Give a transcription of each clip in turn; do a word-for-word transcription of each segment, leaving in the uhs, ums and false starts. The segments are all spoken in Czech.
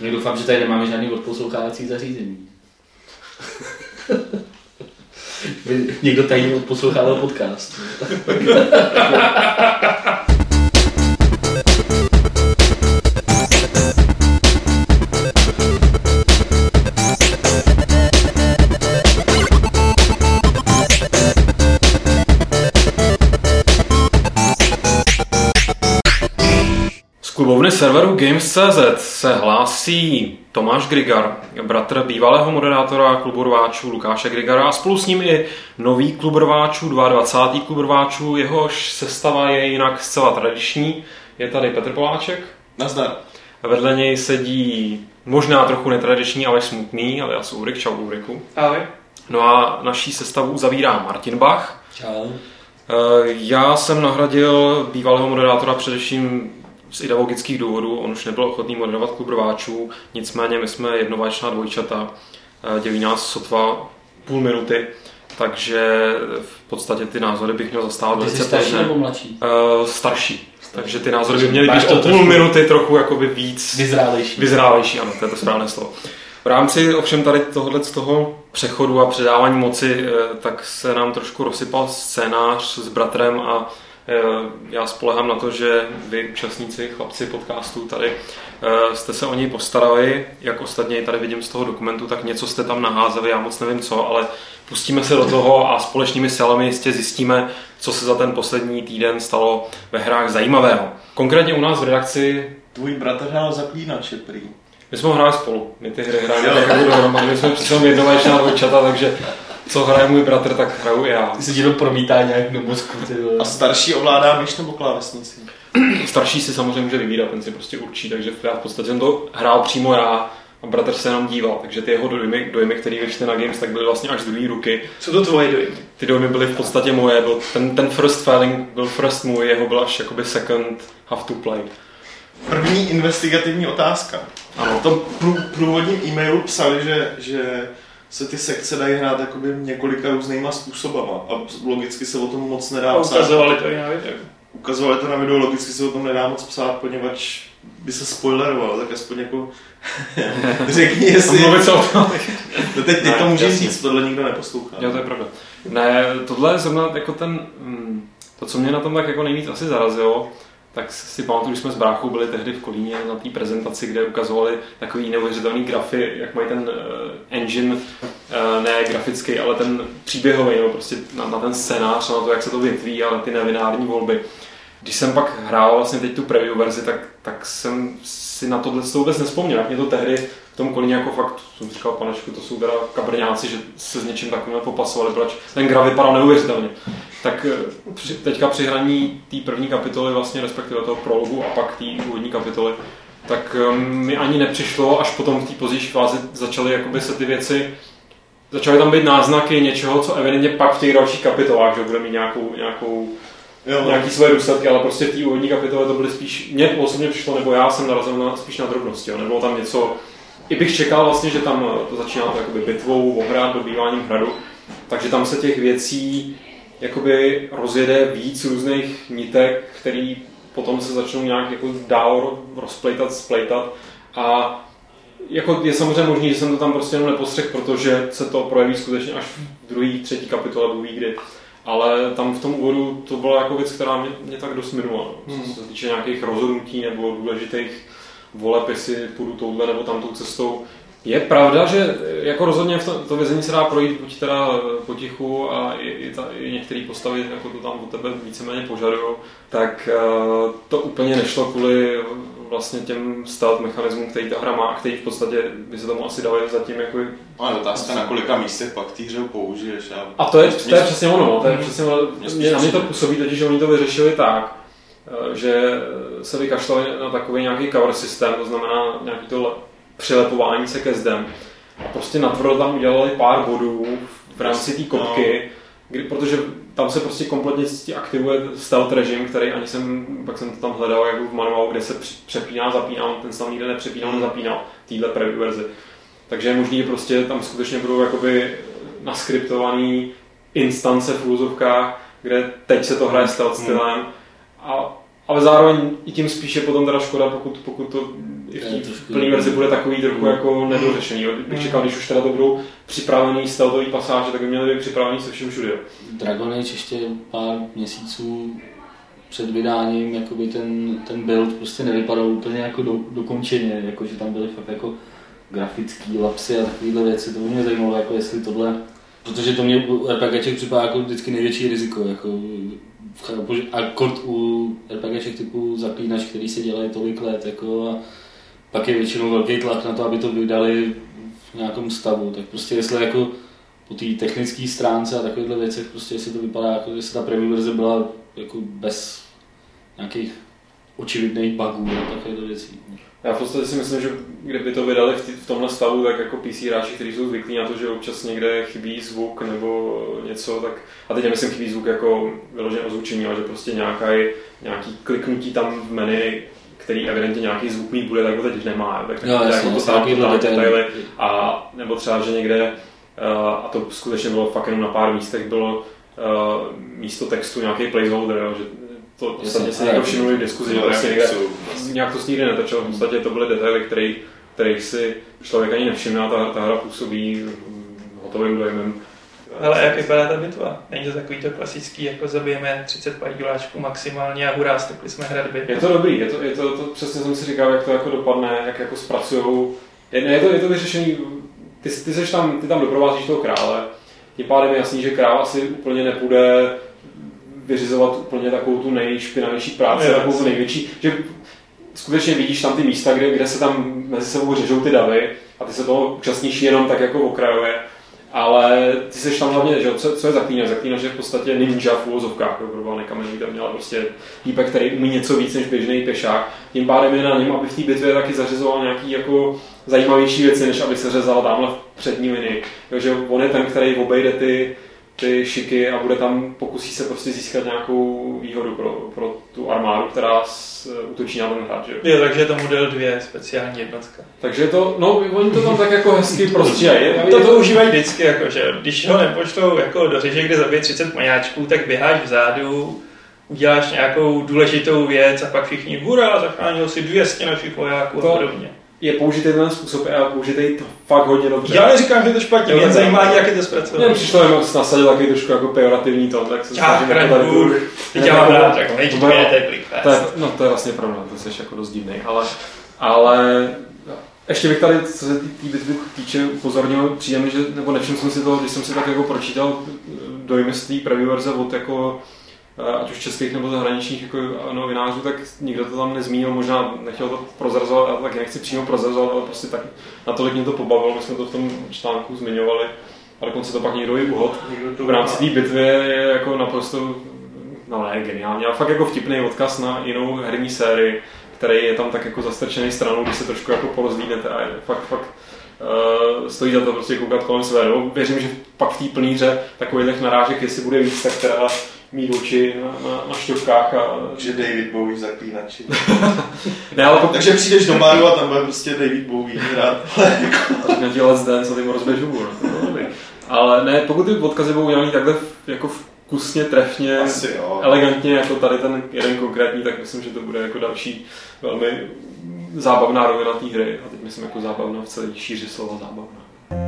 Já doufám, že tady nemáme žádný odposlouchávací zařízení. Někdo tady odposlouchával podcast. Klubovny serveru Games tečka cé zet se hlásí Tomáš Grigar, bratr bývalého moderátora klubu rváčů Lukáše Grigara a spolu s ním i nový klub rváčů, dvacátý druhý klub rváčů, jehož sestava je jinak zcela tradiční. Je tady Petr Poláček. Nazdar. Vedle něj sedí možná trochu netradiční, ale smutný, ale já jsem Ulrik. Čau Ulriku. Ahoj. No a naší sestavu zavírá Martin Bach. Čau. Já jsem nahradil bývalého moderátora především z ideologických důvodů, on už nebyl ochotný moderovat klub rváčů, nicméně my jsme jednovaječná dvojčata, dělí nás sotva půl minuty, takže v podstatě ty názory bych měl zastávat velice pevně. Ty jsi starší nebo mladší? Uh, starší. Takže ty názory by měly být o půl minuty trochu jakoby víc vyzrálejší. Vyzrálejší, ano, to je to správné slovo. V rámci ovšem tady tohohle z toho přechodu a předávání moci, tak se nám trošku rozsypal scénář s bratrem a já spolehám na to, že vy, účastníci, chlapci podcastu tady, jste se o něj postarali, jak ostatně tady vidím z toho dokumentu, tak něco jste tam naházeli, já moc nevím co, ale pustíme se do toho a společnými silami jistě zjistíme, co se za ten poslední týden stalo ve hrách zajímavého. Konkrétně u nás v redakci... Tvůj bratr hrál Zaklínače prý. My jsme ho hráli spolu, my ty hry hrajeme tak jako dohromady, my jsme přitom jednovaječná dvojčata, takže co hraje můj bratr, tak hraju i já. Ty se ti to promítá nějak do mozku. A starší ovládá myš nebo klávesnici? Starší si samozřejmě může vybírat, ten si prostě určí, takže já v podstatě jsem to hrál přímo já a bratr se jenom díval, takže ty jeho dojmy, dojmy které vyšly na Games, tak byly vlastně až z druhé ruky. Co to tvoje dojmy? Ty dojmy byly v podstatě moje, byl ten, ten first feeling byl first můj, jeho byl až jakoby second have to play. První investigativní otázka. Ano. V tom prů, průvodním e-mailu psali, že, že se ty sekce dají hrát jakoby několika různýma způsobama a logicky se o tom moc nedá psát. Ukazovali to i na videu. Ukazovali to na videu, logicky se o tom nedá moc psát, poněvadž by se spoileroval, tak aspoň jako řekni, jestli... Mluvit se o tom. No teď, teď to můžeš říct, tohle nikdo neposlouchá. Jo, to je pravda. Ne, tohle je zrovna jako ten... To, co mě na tom tak jako nejvíc asi zarazilo, tak si pamatuju, že jsme s bráchou byli tehdy v Kolíně na té prezentaci, kde ukazovali takový neuvěřitelný grafy, jak mají ten uh, engine, uh, ne grafický, ale ten příběhový, no, prostě na, na ten scénář, na to, jak se to větví, ale ty nevinární volby. Když jsem pak hrál vlastně teď tu preview verzi, tak, tak jsem si na tohle vůbec nevzpomněl, jak mě to tehdy v tom Kolíně jako fakt, jsem říkal, panečku, to jsou teda kabrňáci, že se s něčím takovým popasovali, proč ten graf vypadal neuvěřitelně. Tak teďka při hraní té první kapitoly, vlastně respektive toho prologu a pak té úvodní kapitoly, tak mi ani nepřišlo, až potom v té pozdější fázi začaly jakoby se ty věci, začaly tam být náznaky něčeho, co evidentně pak v těch dalších kapitolách, že bude mít nějakou, nějakou jo, nějaký svoje důsledky, ale prostě v té úvodní kapitole to byly spíš, mně osobně přišlo, nebo já jsem narazil na, spíš na drobnosti, jo. Nebylo tam něco, i bych čekal vlastně, že tam to začíná to jakoby bitvou, ohrad, dobýváním hradu, takže tam se těch věcí jakoby rozjede víc různých nitek, který potom se začnou nějak jako dál rozplejtat, splejtat a jako je samozřejmě možný, že jsem to tam prostě jenom nepostřehl, protože se to projeví skutečně až v druhé, třetí kapitole, Bůh ví kdy. Ale tam v tom úvodu to byla jako věc, která mě, mě tak dost minula. Hmm. Co se týče nějakých rozhodnutí nebo důležitých voleb, jestli půjdu touhle nebo tamtou cestou. Je pravda, že jako rozhodně v to, to vězení se dá projít buď teda potichu a i, i, ta, i některé postavy jako to tam od tebe víceméně požadujou, tak uh, to úplně nešlo kvůli vlastně těm stealth mechanismům, který ta hra má a který v podstatě by se tomu asi dali zatím jako... Ale otázka, na kolika místech pak ty hře použiješ. A, a to je, to je přesně ono, to je přesně ono, mě, na mě to působí totiž, že oni to vyřešili tak, že se vykašlali na takový nějaký cover systém, to znamená nějaký to přilepování se ke zdem. A prostě natvrdo tam udělali pár bodů v rámci té kopky, kdy, protože tam se prostě kompletně aktivuje stealth režim, který ani jsem, pak jsem to tam hledal jako v manuálu, kde se přepíná, zapíná, ten se tam nikde nepřepínal, nezapínal v téhle preview verzi. Takže je možný, že prostě tam skutečně budou jakoby naskriptovaný instance v úzovkách, kde teď se to hraje stealth stylem. A ale zároveň i tím spíše potom teda škoda, pokud, pokud to i v té plné verzi bude takový trochu jako nedořešený. Bych čekal, když už teda to budou připravený stealthový pasáže, tak by měly být připravený se všem všude. Dragon Age ještě pár měsíců před vydáním jakoby ten, ten build prostě nevypadal úplně jako do, dokončeně, jako že tam byly fakt jako grafický lapsy a takovéhle věci, to by mě zajímalo, jako jestli tohle, protože to mě u RPGček připadá jako vždycky největší riziko, jako a kort u RPGček typu Zaklínač, který se dělají tolik let, jako a pak je většinou velký tlak na to, aby to vydali v nějakém stavu, tak prostě jestli jako po té technické stránce a takovýchhle věcech, prostě jestli to vypadá, jako jestli ta první verze byla jako bez nějakých očividných bugů a takovýchhle věcí. Já v podstatě si myslím, že kdyby to vydali v, t- v tomhle stavu, tak jako P C hráči, kteří jsou zvyklí na to, že občas někde chybí zvuk nebo něco, tak a teď nemyslím chybí zvuk jako vyložené ozvučení, ale že prostě nějaký, nějaký kliknutí tam v menu, který evidentně nějaký zvuk mít bude, tak ho teď nemá. Tak jo, jasně, jako to tam detaily a nebo třeba, že někde, a to skutečně bylo fakt jenom na pár místech, bylo místo textu nějaký placeholder, jo, že to v podstatě si někdo všimnul v diskuzi, že prostě někde nějak to s nikdy netočilo. V podstatě to byly detaily, který, který si člověk ani nevšimne a ta, ta hra působí hotovým dojmem. Ale jak vypadá ta bitva? Není to takový to klasický, jako zabijeme třicet pajďuláčků maximálně a hurá, stopli jsme hradby. Je to dobrý, je to, je to, to přesně jsem si říkal, jak to jako dopadne, jak jako zpracujou. Je, je, to, je to vyřešený, ty, ty, seš tam, ty tam doprovázíš toho krále, tím pádem je jasný, že král asi úplně nepůjde vyřizovat úplně takovou tu nejšpinavější práci, yes. Takovou tu největší, že skutečně vidíš tam ty místa, kde, kde se tam mezi sebou řežou ty davy a ty se toho účastníš jenom tak jako okrajově, ale ty seš tam hlavně, že co, co je Zaklínač? Zaklínač je v podstatě ninja v úvozovkách, jako nekamenový, tam měla prostě týpek, který umí něco víc než běžný pešák, tím pádem je na něm, aby v té bitvě taky zařizoval nějaký jako zajímavější věci, než aby se řezal tamhle v přední linii. Takže on je ten, který obejde ty ty šiky a bude tam, pokusí se prostě získat nějakou výhodu pro, pro tu armádu, která s, útočí na ten hrad, že jo? Takže je to model dvě, speciální jednotka. Takže to, no, oni to tam tak jako hezky prostříhají. To používají vždycky, jako, že když ho nepoštou jako do řeže, kde zabije třicet majáčků, tak běháš vzadu, uděláš nějakou důležitou věc a pak všichni hurá, zachránil si dvě stě našich vojáků a podobně. Je použitý ten způsob a použitý to fakt hodně dobře. Já neříkám, že je to špatně, mě zajímá, jak je to zpracovat. Mně přišlo jenom nasadit takový trošku jako pejorativní tón, tak se snažím jako tady tu... Teď já mám rád, jako nejď dvě, to je clickfest. No to je vlastně pravda, to jsi jako dost divnej, ale, ale ještě bych tady, co se té bitvy týče, upozornil, přijde mi, že, nebo nevšiml jsem si toho, když jsem si tak jako pročítal dojmy z té první verze od jako ať už českých nebo zahraničních jako novinářů, tak nikdo to tam nezmínil, možná nechtěl to prozrazovat, já to taky nechci přímo prozrazovat, ale prostě tak natolik mě to pobavilo, my jsme to v tom článku zmiňovali a dokonce to pak někdo i uhod. V rámci té bitvy je jako naprosto, no ne, geniální, ale fakt jako vtipný odkaz na jinou herní sérii, který je tam tak jako zastrčený stranou, když se trošku jako porozlídnete a je fakt, fakt uh, stojí za to prostě koukat kolem své. No, věřím, že pak v té plný hře takových narážek, jestli bude víc, tak teda mít oči na, na, na šťovkách a... Že David Bowie Zaklínači. Ne, ale pokud... Takže přijdeš do baru a tam bude prostě David Bowie hrát. Na ti Let's Dance a ty mu rozběž hubu. Ale ne, pokud ty odkazy budou udělaný takhle jako vkusně, trefně, asi, elegantně, jako tady ten jeden konkrétní, tak myslím, že to bude jako další velmi zábavná rovina té hry. A teď myslím jako zábavná v celé šíři slova zábavná.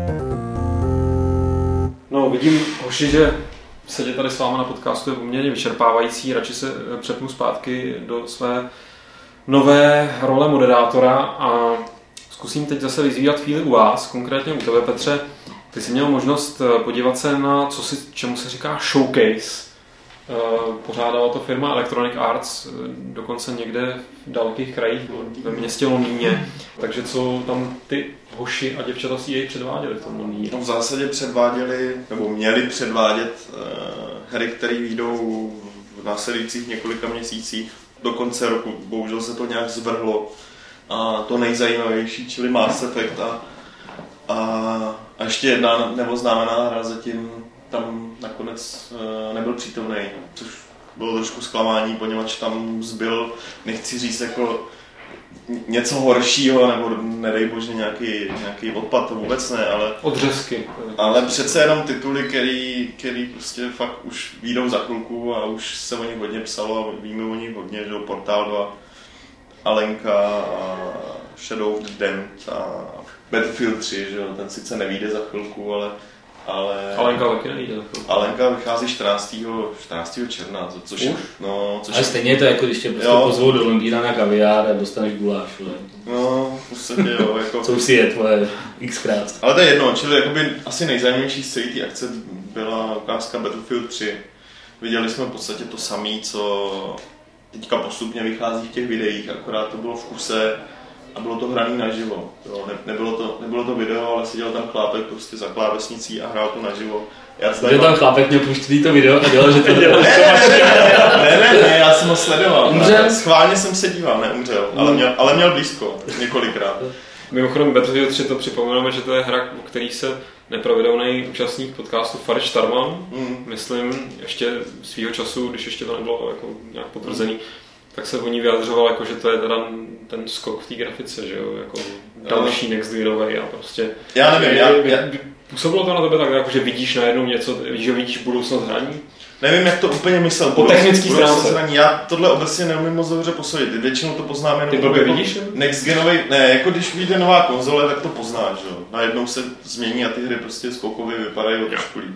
No, vidím, hoši, že sedět tady s váma na podcastu je poměrně vyčerpávající, radši se přepnu zpátky do své nové role moderátora a zkusím teď zase vyzvídat chvíli u vás, konkrétně u tebe, Petře. Ty jsi měl možnost podívat se na, co si, čemu se říká showcase. Pořádala to firma Electronic Arts, dokonce někde v dalekých krajích, ve městě Londýně. Takže co tam ty hoši a děvčata si jej předváděli v tom Londýně? No, v zásadě předváděli, nebo měli předvádět uh, hry, které vyjdou v následujících několika měsících do konce roku. Bohužel se to nějak zvrhlo. A to nejzajímavější, čili Mass Effect a, a, a ještě jedna neoznámená hra zatím tam nakonec uh, nebyl přítomný, což bylo trošku zklamání, poněvadž tam zbyl, nechci říct jako něco horšího, nebo nedej bože nějaký, nějaký odpad, to vůbec ne, ale... Odřezky. Ale přece jenom tituly, který, který prostě fakt už výjdou za chvilku a už se o nich hodně psalo a víme o nich hodně, že Portal dva, Alenka a Shadow of the Damned a Battlefield tři, že jo, ten sice nevyjde za chvilku, ale ale Alenka taky nevíde. Alenka vychází čtrnáctého června, což je, no, což ale stejně je to jako když tě prostě pozvou do Londýna na kaviár a dostaneš guláš, ne? No, v podstatě jo, jako... Co už si je tvoje xkrát. Ale to je jedno, čili jakoby asi nejzajímavější z celé té akce byla ukázka Battlefield tři. Viděli jsme v podstatě to samé, co teďka postupně vychází v těch videích, akorát to bylo v kuse a bylo to hraný naživo. Jo, ne, nebylo, to, nebylo to video, ale seděl tam chlápek prostě za klávesnicí a hrál to naživo. Já Že tam chlápek měl puštěný to video a dělal, že to dělal. Ne, ne, ne, ne, já jsem ho sledoval. Umřel? Schválně jsem se díval, neumřel, ale měl, ale měl blízko, několikrát. Mimochodem Battlefield tři to připomínáme, že to je hra, o který se nepravidelný účastník podcastu Farid Starman, mm. myslím, ještě svýho času, když ještě to nebylo jako nějak potvrzený, tak se o ní vyjadřoval, jako, že to je teda ten skok v té grafice, že jo, jako další next genový a prostě... Já nevím, já... já... Působilo to na tebe tak, jako, že vidíš najednou něco, že vidíš budoucnost hraní? Nevím, jak to úplně myslel. Po technický stránce. Já tohle obecně neumím moc dobře posoudit. Většinou to poznám jenom... Ty blbě jako vidíš? Next genový, ne, jako když vyjde nová konzole, tak to poznáš, jo. Najednou se změní a ty hry prostě skokově vypadají trošku líp.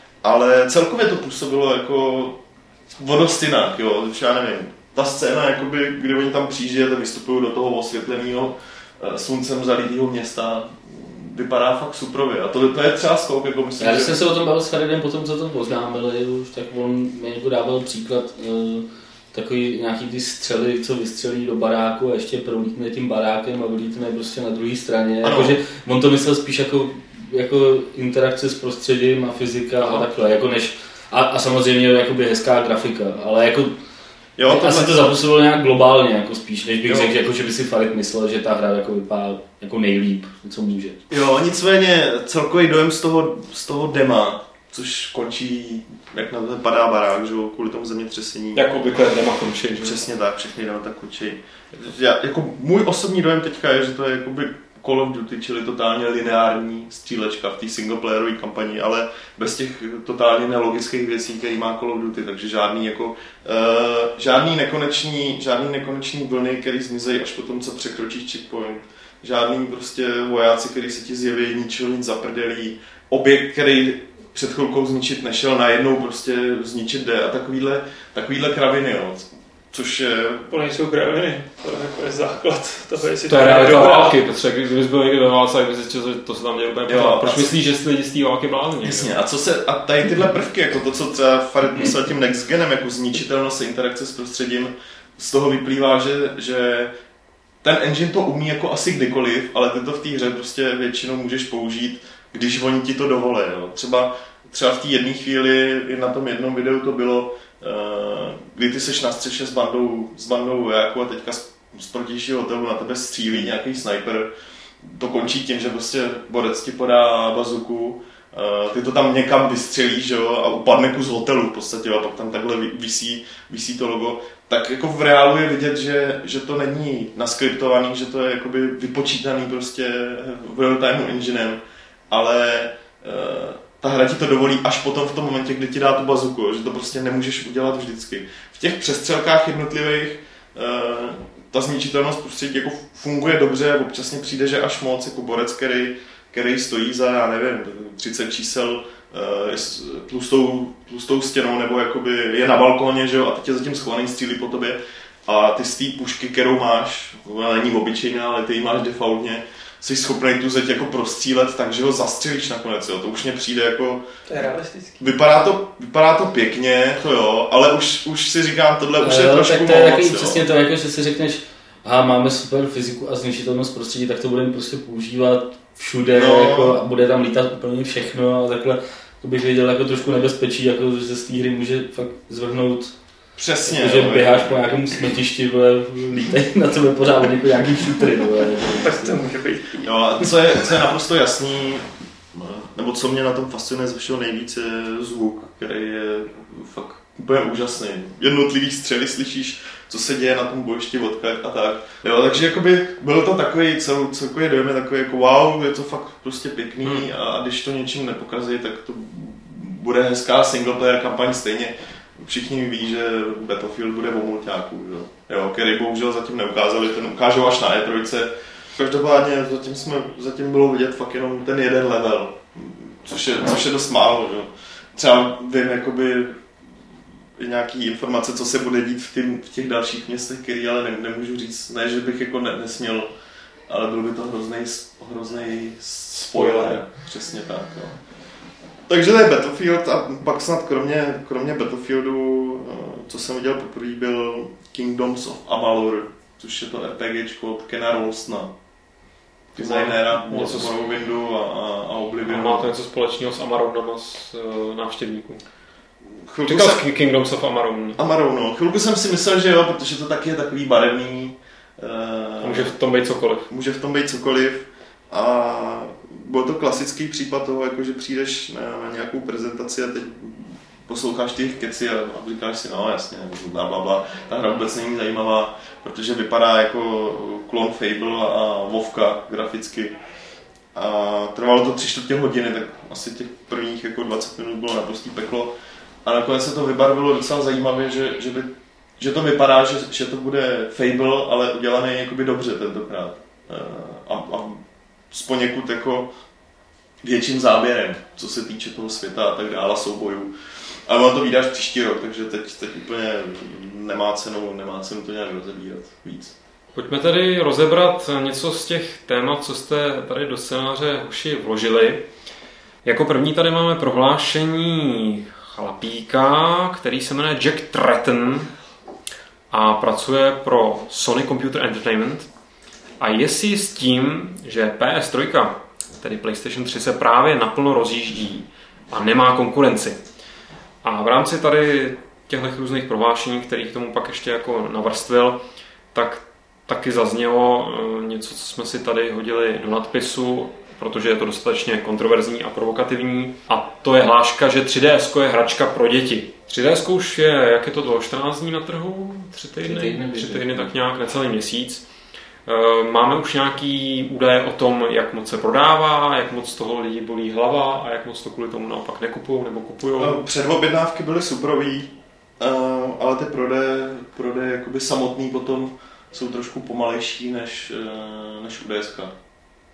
Ale celkově to působilo jako vodost jinak, jo, už já nevím. Ta scéna, jakoby, kdy oni tam přijíždějí a vystupují do toho osvětleného sluncem zalitého města, vypadá fakt suprově. A to, to je třeba skok, jako myslím, já když že... jsem se o tom bavil s Faridem potom, co to poznámili už, tak on mě jako dával příklad uh, takový nějaký ty střely, co vystřelí do baráku a ještě prolítne tím barákem a vylítne prostě na druhé straně. Jakože on to myslel spíš jako, jako interakce s prostředím a fyzika a takhle, jako než... A, a samozřejmě jakoby hezká grafika, ale jako... Jo, to asi to zapůsobilo nějak globálně, jako spíš, než bych řekl, jako, že by si Farid myslel, že ta hra jako vypadá jako nejlíp, co může. Jo, nicméně celkový dojem z toho, z toho dema, což končí, jak na to padá barák, že, kvůli tomu zemětřesení. Jako obvykle dema končí. Že? Přesně tak, všechny dema tak končí. Já, jako můj osobní dojem teďka je, že to je jakoby Call of Duty, čili totálně lineární střílečka v té singleplayerové kampani, ale bez těch totálně nelogických věcí, které má Call of Duty, takže žádný jako uh, žádný nekonečný, žádný nekonečný vlny, který zmizejí až po tom, co překročíš checkpoint. Žádný prostě vojáci, který se ti zjeví, ničeho nic zaprdelí, objekt, který před chvilkou zničit nešel, najednou prostě zničit jde a takovýhle, takovýhle kraviny, jo. Což je... To nejsou kraviny, to je, jako je základ toho, jestli to je realita války, protože kdybys byl někde ve válce, tak bys zjistil, že to se tam děje úplně pořád. Proč myslíš, že lidi z té války blázní? Jasně, a co se, a tady tyhle prvky, jako to, co třeba Farid myslel tím next genem, jako zničitelnost a interakce s prostředím, z toho vyplývá, že, že ten engine to umí jako asi kdykoliv, ale ty to v té hře prostě většinou můžeš použít, když oni ti to dovolí. Jo. Třeba, třeba v té jedné chvíli, na tom jednom videu to bylo, kdy ty seš na střeše s bandou, s bandou vojáků a teďka z protějšího hotelu na tebe střílí nějaký sniper. To končí tím, že prostě borec ti podá bazuku, ty to tam někam vystřelíš, jo, a upadne kus hotelu v podstatě a pak tam takhle visí, visí to logo. Tak jako v reálu je vidět, že, že to není naskriptovaný, že to je jakoby vypočítaný prostě v real-time enginem, ale ta hra ti to dovolí až potom v tom momentě, kdy ti dá tu bazuku, že to prostě nemůžeš udělat vždycky. V těch přestřelkách jednotlivých ta zničitelnost prostředí jako funguje dobře, občas mi přijde, že až moc, jako borec, který, který stojí za, já nevím, třicet čísel tlustou, tlustou stěnou, nebo jakoby je na balkóně, že jo, a teď je zatím schovaný, střílí po tobě a ty z té pušky, kterou máš, ona není obyčejná, ale ty ji máš defaultně, jsi schopný tu zeď jako prostřílet, takže ho zastřelíš nakonec, jo. To už mně přijde jako... To je realistický. Vypadá to, vypadá to pěkně, to jo, ale už, už si říkám, tohle už je jo, trošku tak to je moc, takový, jo. přesně to, jako, že si řekneš, aha, máme super fyziku a zničitelnost prostředí, tak to budeme prostě používat všude, no. jako, a bude tam lítat úplně všechno a takhle. To bych věděl jako trošku nebezpečí, jako, že se z té hry může fakt zvrhnout. Přesně, jako, že běháš po nějakém smetišti, vole, lítej na tebe pořád jako nějaký šutry, vole. Tak to může být. Jo, a co je, co je naprosto jasný, nebo co mě na tom fascinuje ze všeho nejvíc, je zvuk, který je fakt úplně úžasný. Jednotlivý střely slyšíš, co se děje na tom bojišti, odkud a tak. Jo, takže jakoby bylo to takový, cel, celkový dojem je takový jako wow, je to fakt prostě pěkný hmm. a když to něčím nepokazí, tak to bude hezká singleplayer kampaň stejně. Všichni ví, že Battlefield bude o mulťáku, jo, který bohužel zatím neukázali, ten ukážou až na E tři, Každopádně zatím, jsme, zatím bylo vidět fakt jenom ten jeden level, což je, což je dost málo. Že? Třeba vím jakoby nějaký informace, co se bude dít v, tým, v těch dalších městech, který ale ne, nemůžu říct, ne, že bych jako ne, nesměl, ale byl by to hroznej, hroznej spoiler, přesně tak. Jo. Takže to je Battlefield a pak snad kromě, kromě Battlefieldu, co jsem viděl poprvé, byl Kingdoms of Amalur, což je to RPGčko od Kena Rolstona, designéra něco z Morrowindu a, a, a Oblivionu. Má to něco společného s Amarounama z uh, návštěvníků. Chvilku Říkal jsem... Kingdoms of Amaroun. Amaroun, no. Chvilku jsem si myslel, že jo, protože to taky je takový barevný. Uh, může v tom být cokoliv. Může v tom být cokoliv. A byl to klasický případ toho, jako že přijdeš na, na nějakou prezentaci a teď posloucháš těch keci a, a říkáš si, no jasně, bla, bla, bla. Ta hra vůbec není zajímavá, protože vypadá jako klon Fable a Vovka graficky. A trvalo to tři čtvrtě hodiny, tak asi těch prvních jako dvacet minut bylo naprostý peklo. A nakonec se to vybarvilo docela zajímavě, že, že, by, že to vypadá, že, že to bude Fable, ale udělaný jakoby dobře tentokrát. A, a s poněkud jako větším záběrem, co se týče toho světa a tak dále, soubojů. Ale on to vydáš příští rok, takže teď, teď úplně nemá cenu, nemá cenu to nějak rozebírat víc. Pojďme tedy rozebrat něco z těch témat, co jste tady do scénáře hoši vložili. Jako první tady máme prohlášení chlapíka, který se jmenuje Jack Tretton a pracuje pro Sony Computer Entertainment a je si s tím, že P S tři, tedy PlayStation tři, se právě naplno rozjíždí a nemá konkurenci. A v rámci tady těchto různých prohlášení, který k tomu pak ještě jako navrstvil, tak taky zaznělo něco, co jsme si tady hodili do nadpisu, protože je to dostatečně kontroverzní a provokativní. A to je hláška, že tři D S je hračka pro děti. tři D S už je, jak je to dlouho, čtrnáct dní na trhu? tři týdny? tři týdny, tři týdny tak nějak, necelý měsíc. Máme už nějaký údaje o tom, jak moc se prodává, jak moc toho lidí bolí hlava a jak moc to kvůli tomu naopak nekupujou nebo kupujou? Předobjednávky byly suprový, ale ty prodeje, prodeje jakoby samotný potom jsou trošku pomalejší než, než u D S K.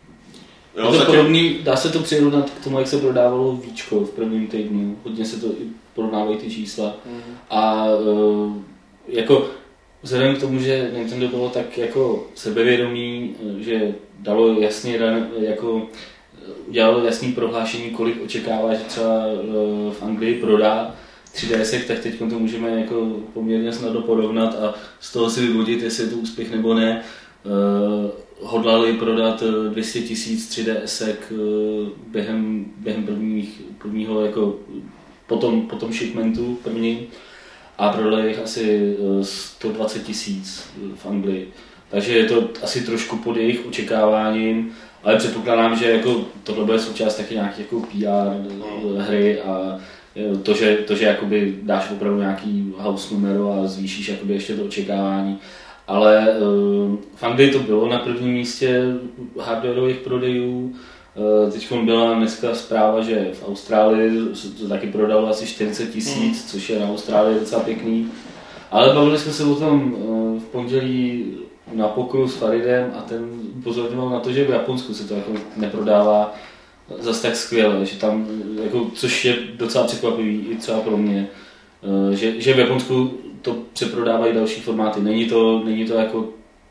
Jo, je to zatím... podobný, dá se to přirovnat k tomu, jak se prodávalo víčko v prvním týdnu. Hodně se to i porovnávají ty čísla. Mm. A uh, jako vzhledem k tomu, že Nintendo bylo tak jako sebevědomý, že dalo jasně, jako udělalo jasný prohlášení, kolik očekává, že třeba uh, v Anglii prodá tři D S, tak teď to můžeme jako poměrně snadno porovnat a z toho si vyvodit, jestli je to úspěch nebo ne. Uh, hodlali prodat dvě stě tisíc tři D S během, během prvních, prvního jako potom, potom shipmentu první a prodali jich asi sto dvacet tisíc v Anglii. Takže je to asi trošku pod jejich očekáváním, ale předpokládám, že jako tohle bude součást taky nějaké jako P R hry a to, že, to, že jakoby dáš opravdu nějaký house numero a zvýšíš jakoby ještě to očekávání. Ale uh, v Anglii to bylo na prvním místě hardwareových prodejů. Uh, teď byla dneska zpráva, že v Austrálii to taky prodalo asi čtyřicet tisíc, mm. což je na Austrálii docela pěkný. Ale bavili jsme se o tom uh, v pondělí na pokoju s Faridem a ten upozorňoval na to, že v Japonsku se to jako neprodává zase tak skvěle, že tam, jako, což je docela překvapivý i třeba pro mě, uh, že, že v Japonsku to přeprodávají další formáty. Není to, není to jako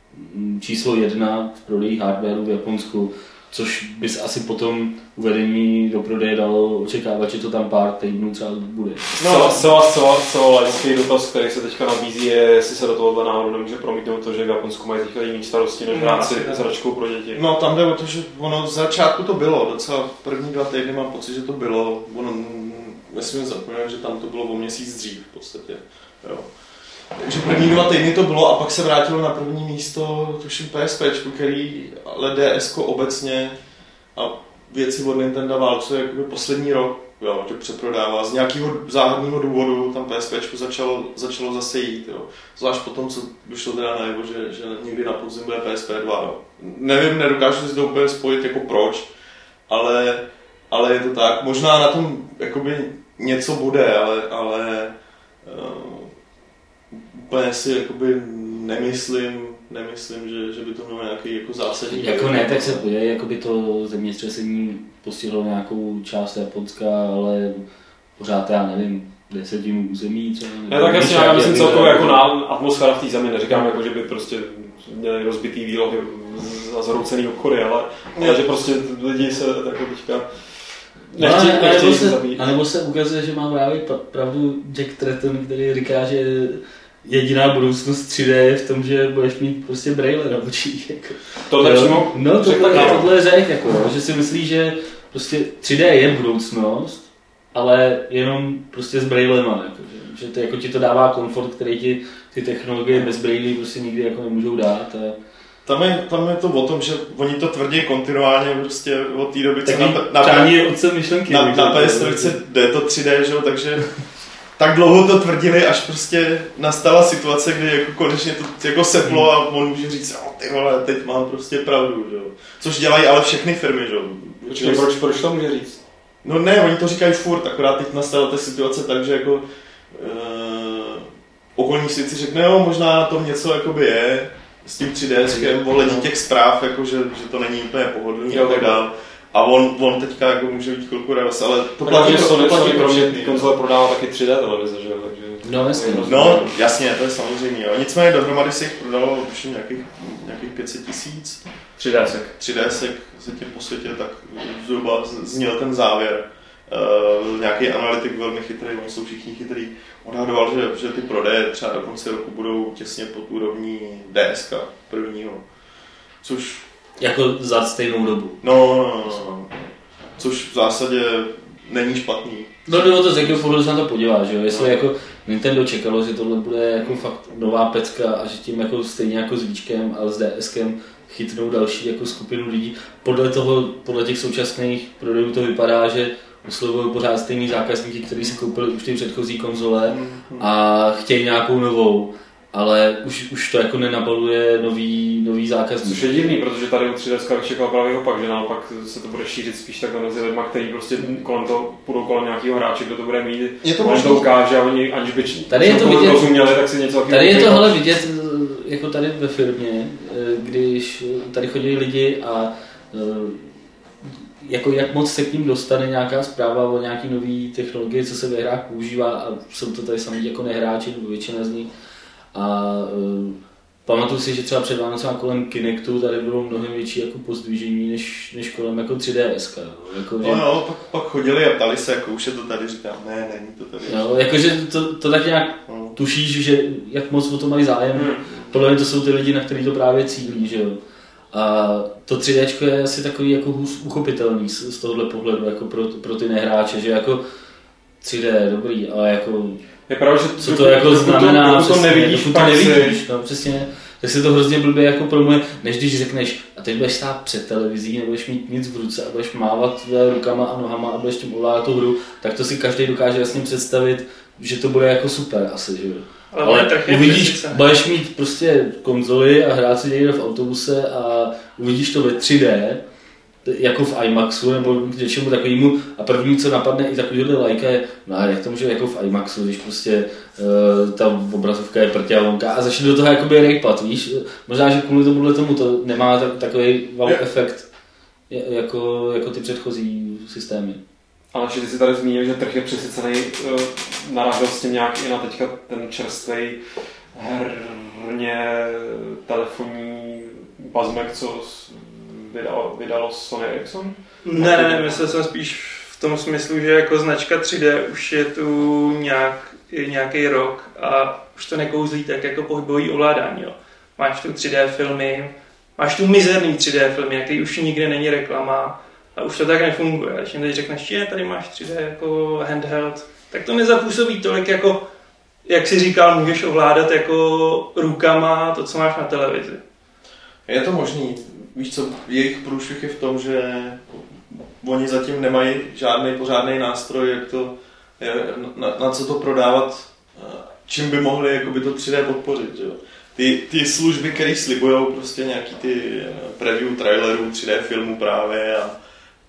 číslo jedna v prodeji hardwareu v Japonsku, což bys asi potom uvedení do prodeje dalo očekávat, že to tam pár týdnů třeba bude. No, co, co, co, laický dotaz, který se teďka nabízí, je, jestli se do tohohle náhodou nemůže promítnout to, že v Japonsku mají teďka jiný starosti než hrát si s hračkou pro děti. No, tam jde o to, že ono z začátku to bylo, docela první dva týdny mám pocit, že to bylo. Ono, nesmím zapomínat, že tam to bylo o měsíc dřív v podstatě. Jo. Takže první dva týdny to bylo a pak se vrátilo na první místo, tuším P S P, který, ale D S ko obecně a věci od Nintendo válcuje jakoby poslední rok, jo, že přeprodává. Z nějakého záhadného důvodu tam P S P začalo, začalo zase jít, jo. Zvlášť potom, co došlo teda najevo, že, že někdy na podzim bude P S P dva. Jo. Nevím, nedokážu si to úplně spojit jako proč, ale, ale je to tak. Možná na tom jakoby něco bude, ale, ale uh, úplně si jakoby nemyslím, nemyslím, že, že by to mělo nějaký jako zásadní... Jako ne, tak se podívej, jako by to zemětřesení postihlo nějakou část Japonska, ale pořád já nevím, desetinu území třeba. Ne, tak jasně, já myslím celkově jako na atmosféra v té zemi, neříkám jako, že by prostě měli rozbitý výlohy a zhroucený obchody, ale, ale že prostě lidi se jako teďka nechtějí, no, nechtějí se zabít. A nebo se ukazuje, že má právě pravdu Jack Tretton, který říká, že jediná budoucnost tři dé je v tom, že budeš mít prostě braille na očích. Jako. Tohle přímo? No tohle, tohle řek, jako, že si myslí, že prostě tři dé je budoucnost, ale jenom prostě s braillema, jako, že, že to, jako, ti to dává komfort, který ti ty technologie bez braille prostě nikdy jako nemůžou dát. A... Tam je, tam je to o tom, že oni to tvrdí kontinuálně prostě od té doby, co na, na, na, na P S tři jde to tři dé, že? Takže tak dlouho to tvrdili, až prostě nastala situace, kdy jako konečně to jako seplo a on může říct, oh, ty vole, teď mám prostě pravdu, že? Což dělají ale všechny firmy, že? Počkej, proč, proč to může říct? No ne, oni to říkají furt, akorát teď nastala ta situace tak, že jako uh, okolní svědci řekne, jo, možná na tom něco jakoby je, s tím tři déskem, ohledně těch zpráv, jako, že, že to není úplně pohodlný a tak dál. A on, on teďka jako může být chvilku radost, ale to platí pro, to platí pro všechny. Konzole prodává taky tři dé televize, že jo? Takže... No jasně. No jasně, to je samozřejmě. Jo. Nicméně dohromady se jich prodalo už nějakých, nějakých pět set tisíc. tři dések. tři dések zatím po světě, tak zhruba zněl ten závěr. Uh, nějaký analytik velmi chytrý, oni jsou všichni chytrý, odhadoval, že, že ty prodeje třeba do konce roku budou těsně pod úrovní D S K prvního, což... Jako za stejnou dobu. No, no, no, no. Což v zásadě není špatný. No, no to z jakého pohledu se na to podívá, že jo, jestli no. Jako Nintendo čekalo, že tohle bude jako fakt nová pecka a že tím jako stejně jako s Víčkem a s DSkem chytnou další jako skupinu lidí. Podle toho, podle těch současných prodejů to vypadá, že oslovují pořád stejný zákazníky, kteří si koupili už ty předchozí konzole a chtějí nějakou novou, ale už, už to jako nenabaluje nový, nový zákazník. Což je divný, protože tady u tři dé čekal právě opak, že naopak se to bude šířit spíš takhle mezi lidma, který prostě kolem toho půjdou kolem nějakého hráče, kdo to bude mít, je to on to ukáže a oni aniž by tady je to vidět, rozuměli, tak si něco tady je to hele vidět, jako tady ve firmě, když tady chodí lidi a jako jak moc se k ním dostane nějaká zpráva o nějaký nový technologie, co se ve hrách používá a jsou to tady sami jako nehráči, nebo většina z nich. A uh, pamatuju si, že třeba před Vánocem kolem Kinectu tady bylo mnohem větší jako pozdvižení než, než kolem jako tři dé eska. Jako, no, no, pak, pak chodili a ptali se, jako už je to tady, říkám, ne, není to tady. No, jakože to, to tak nějak no. Tušíš, že jak moc o to mají zájem. Hmm. Podle mě to jsou ty lidi, na který to právě cílí, že jo. A to tři déčko je asi takový jako hůz uchopitelný z, z tohohle pohledu jako pro, pro ty nehráče, že jako tři dé dobrý, ale jako je pravda, že co to, to jako znamená, to, to nevidíš, to nevidíš, no přesně, tak si to hrozně blbě jako promuje, než když řekneš a teď budeš stát před televizí, nebudeš mít nic v ruce a budeš mávat rukama a nohama a budeš tím ovládat tu hru, tak to si každý dokáže jasně představit, že to bude jako super asi, že jo. Ale, ale uvidíš, budeš mít prostě konzoli a hrát si někde v autobuse a uvidíš to ve tři dé, jako v IMAXu nebo k něčemu takovému a první, co napadne i takovýhle lajka je, no jak to může jako v IMAXu, když prostě uh, ta obrazovka je prťavonka a začne do toho jakoby rejpat, víš, možná, že kvůli tomuhle tomu to nemá tak, takový wow efekt jako, jako ty předchozí systémy. Ale ty si tady zmínil, že trh je přesycený, uh, narážel s tím nějak i na teďka ten čerstvej herně telefonní bazmek, co vydalo, vydalo Sony Ericsson? Ne, ne, ne, myslel jsem spíš v tom smyslu, že jako značka tři dé už je tu nějak, nějaký rok a už to nekouzlí tak jako pohybový ovládání. Jo. Máš tu tři dé filmy, máš tu mizerný tři dé filmy, jaký už nikde není reklama a už to tak nefunguje. Když jim teď řekneš, že tady máš tři dé jako handheld, tak to nezapůsobí tolik jako, jak si říkal, můžeš ovládat jako rukama to, co máš na televizi. Je to možný. Víš co, jejich průšvih je v tom, že oni zatím nemají žádný pořádný nástroj, jak to, na, na co to prodávat, čím by mohli jakoby to tři dé podpořit. Že? Ty, ty služby, které slibujou prostě nějaký ty preview trailerů tři dé filmů právě a,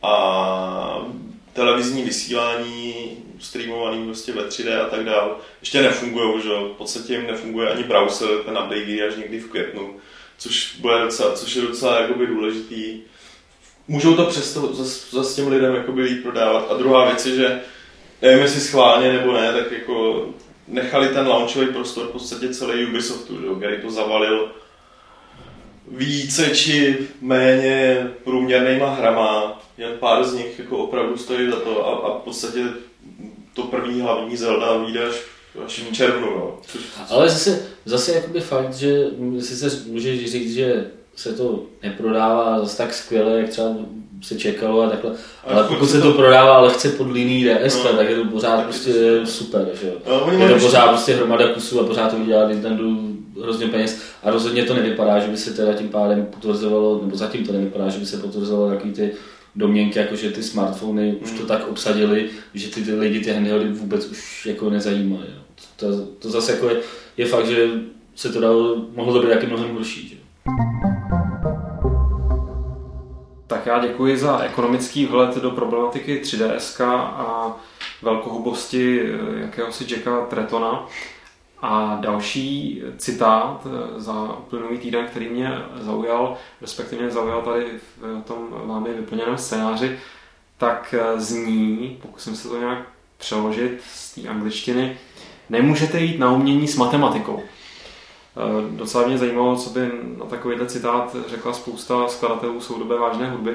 a televizní vysílání streamovaný prostě ve tři dé a tak dále, ještě nefungujou, že? V podstatě jim nefunguje ani browser, ten update až někdy v květnu. což, bude docela, což je docela jakoby důležitý. Můžou to přesto zase těm lidem jakoby líp prodávat. A druhá věc je, že nevím, jestli schválně nebo ne, tak jako nechali ten launchový prostor v podstatě celý Ubisoftu, že? Který to zavalil více či méně průměrnýma hrama, jen pár z nich jako opravdu stojí za to a, a v podstatě to první hlavní Zelda vyjde až, až v červnu. No. Což, ale zase, zase jakoby fakt, že sice můžeš říct, že se to neprodává zase tak skvěle, jak třeba se čekalo a takhle, ale pokud se to prodává lehce pod linií D S, no, tak je to pořád prostě super, že jo. No, je to pořád prostě hromada kusů a pořád to vydělá Nintendo hrozně peněz a rozhodně to nevypadá, že by se teda tím pádem potvrzovalo, nebo zatím to nevypadá, že by se potvrzovalo takový ty domněnky, jakože ty smartfony mm. už to tak obsadili, že ty, ty lidi ty handheldy vůbec už jako nezajímají. To, to zase jako je, je fakt, že se to dalo, mohlo to být taky mnohem horší, že? Tak já děkuji za ekonomický vhled do problematiky tři D S a velkohubosti jakéhosi Jacka Tretona. A další citát za uplynulý týden, který mě zaujal, respektive mě zaujal tady v tom vámi vyplněném scénáři, tak zní, pokusím se to nějak přeložit z té angličtiny, nemůžete jít na umění s matematikou. Docela mě zajímalo, co by na takovýhle citát řekla spousta skladatelů soudobé vážné hudby,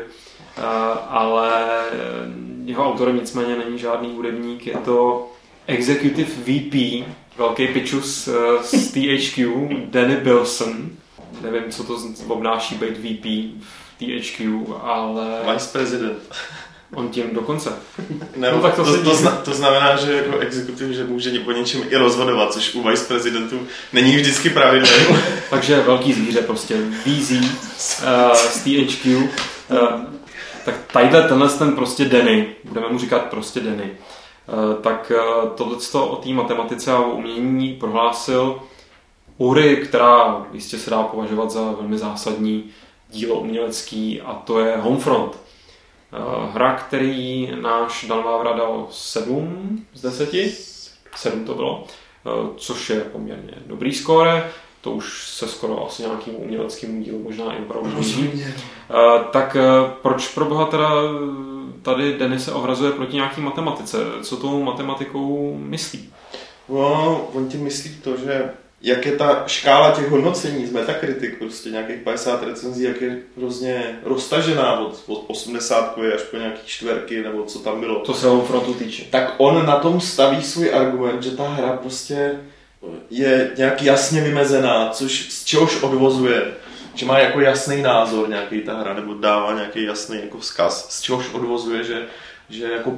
ale jeho autorem nicméně není žádný hudebník, je to Executive V P, velký pičus z T H Q, Danny Bilson. Nevím, co to obnáší být V P v T H Q, ale... Vice President. On tím dokonce. Ne, no, tak to, to, to, zna, to znamená, že jako exekutiv, že může po něčem i rozhodovat, což u vice prezidentů není vždycky pravidlo. Takže velký zvíře prostě, V Z uh, z T H Q. Uh, tak tadyhle tenhle ten prostě Danny, budeme mu říkat prostě Danny, uh, tak uh, tohleto o té matematice a o umění prohlásil u hry, která jistě se dá považovat za velmi zásadní dílo umělecký, a to je Homefront. Hra, který náš Dan Vávra dal sedm z deseti, sedm to bylo, což je poměrně dobrý skóre, to už se skoro asi nějakým uměleckým dílu možná i opravdu blíží. Tak proč pro boha teda tady Denis se ohrazuje proti nějaký matematice? Co tou matematikou myslí? No, on tím myslí to, že jak je ta škála těch hodnocení z Metacritic, prostě nějakých padesát recenzí, jak je hrozně roztažená od, od osmdesátky až po nějaký čtverky, nebo co tam bylo. To se Homefrontu týče. Tak on na tom staví svůj argument, že ta hra prostě je nějak jasně vymezená, což z čehož odvozuje, že má jako jasný názor nějaký ta hra, nebo dává nějaký jasný jako vzkaz, z čehož odvozuje, že, že jako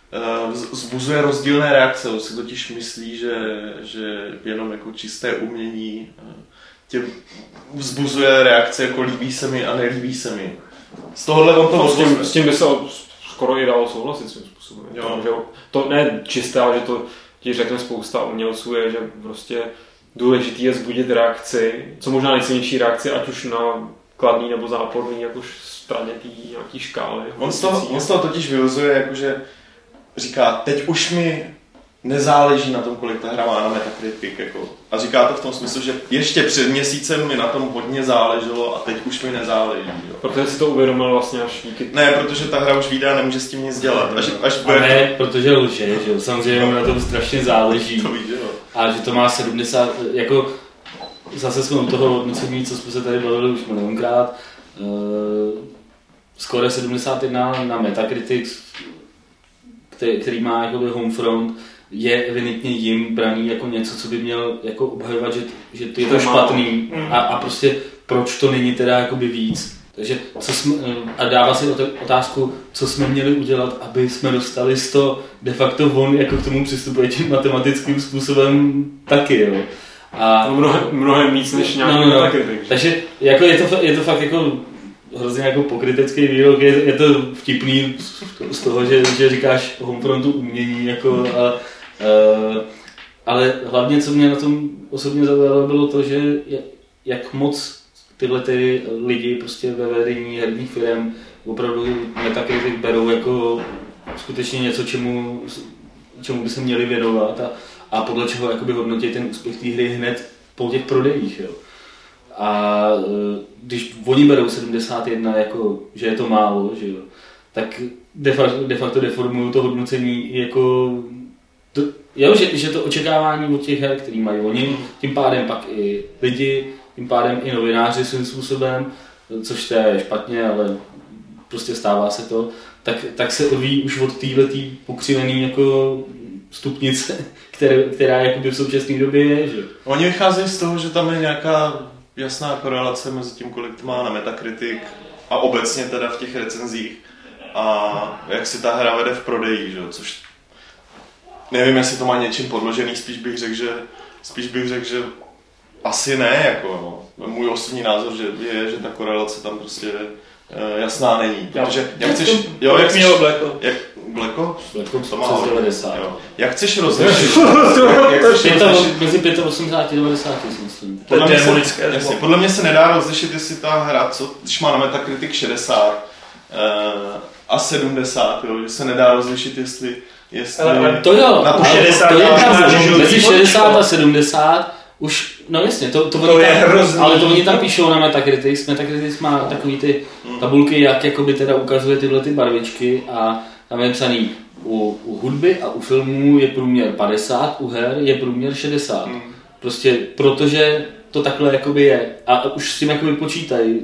vzbuzuje rozdílné reakce, on si totiž myslí, že, že jenom jako čisté umění tě vzbuzuje reakce jako líbí se mi a nelíbí se mi. Z tohohle on to no, s, tím, s tím by se skoro i dalo souhlasit svým způsobem. Jo. Že to ne čisté, ale že to ti řekne spousta umělců, je, že prostě důležitý je vzbudit reakci, co možná nejsilnější reakci, ať už na kladný nebo záporný, jakož straně tý nějaký škály. On z toho, on z toho totiž vyluzuje, jakože říká, teď už mi nezáleží na tom, kolik ta hra má na Metacritic. Jako. A říká to v tom smyslu, že ještě před měsícem mi na tom hodně záleželo a teď už mi nezáleží. Jo. Protože si to uvědomil vlastně až díky... Ne, protože ta hra už vyjde a nemůže s tím nic dělat. Až, až bude... A ne, protože lže, že jo. Samozřejmě no, na tom strašně záleží. To ví, že jo. A že to má sedmdesát, jako zase jsme u toho hodnocení, co jsme se tady bavili už milionkrát, uh, skoro sedmdesát jedna na Metacritic, který má jakoby Homefront, je evidentně jim braný jako něco, co by měl jako obhajovat, že, že to je to špatný a, a prostě proč to není teda jakoby víc. Takže co jsme, a dává si otázku, co jsme měli udělat, aby jsme dostali z toho de facto von jako k tomu přistupuje tím matematickým způsobem taky, jo. A no mnohem, mnohem víc než nějaký no, no, Metacritic. Takže jako je, to, je to fakt jako hrozně jako pokrytecký výrok, je, je to vtipný z toho, že, že říkáš Homefrontu umění, jako, a, a, ale hlavně, co mě na tom osobně zaujalo, bylo to, že jak moc tyhle ty lidi prostě ve vedení herních firm opravdu Metacritic berou jako skutečně něco, čemu, čemu by se měli věnovat a, a podle čeho jakoby hodnotí ten úspěch té hry hned po těch prodejích. Jo. A když oni berou sedmdesát jedna jako, že je to málo, že jo, tak de facto, de facto deformují to hodnocení jako, to, jo, že, že to očekávání od těch her, který mají oni, tím pádem pak i lidi, tím pádem i novináři svým způsobem, což to je špatně, ale prostě stává se to, tak, tak se odvíjí už od téhletý pokřivený jako stupnice, které, která jakoby v současné době je, že? Oni vycházejí z toho, že tam je nějaká jasná korelace mezi tím, kolik to má na Metacritic a obecně teda v těch recenzích a jak si ta hra vede v prodeji, že? Což nevím, jestli to má něčím podložený, spíš bych řekl, že, spíš bych řekl, že asi ne, jako no. Můj osobní názor že je, že ta korelace tam prostě jasná není, protože jak chceš, jo, jak chceš, jak, Blacko? Blacko to má devadesát. Jo. Jak chceš rozlišit? Mezi osmdesát pět a devadesát, myslím. Podle mě, se, jasně, podle mě se nedá rozlišit, jestli ta hra, co, když má na Metacritic šedesát uh, a sedmdesát, jo, že se nedá rozlišit, jestli, jestli ale to jo, na to šedesát, to je pravda, mezi šedesát a sedmdesát už, no jasně, to, to, to oni je tam, hrozný. Ale to oni tam píšou na Metacritic. Metacritic má takový ty tabulky, jak jakoby teda ukazuje tyhle ty barvičky a tam je psaný u, u hudby a u filmů je průměr padesát, u her je průměr šedesát. Hmm. Prostě protože to takhle jakoby je a už s tím jakoby počítají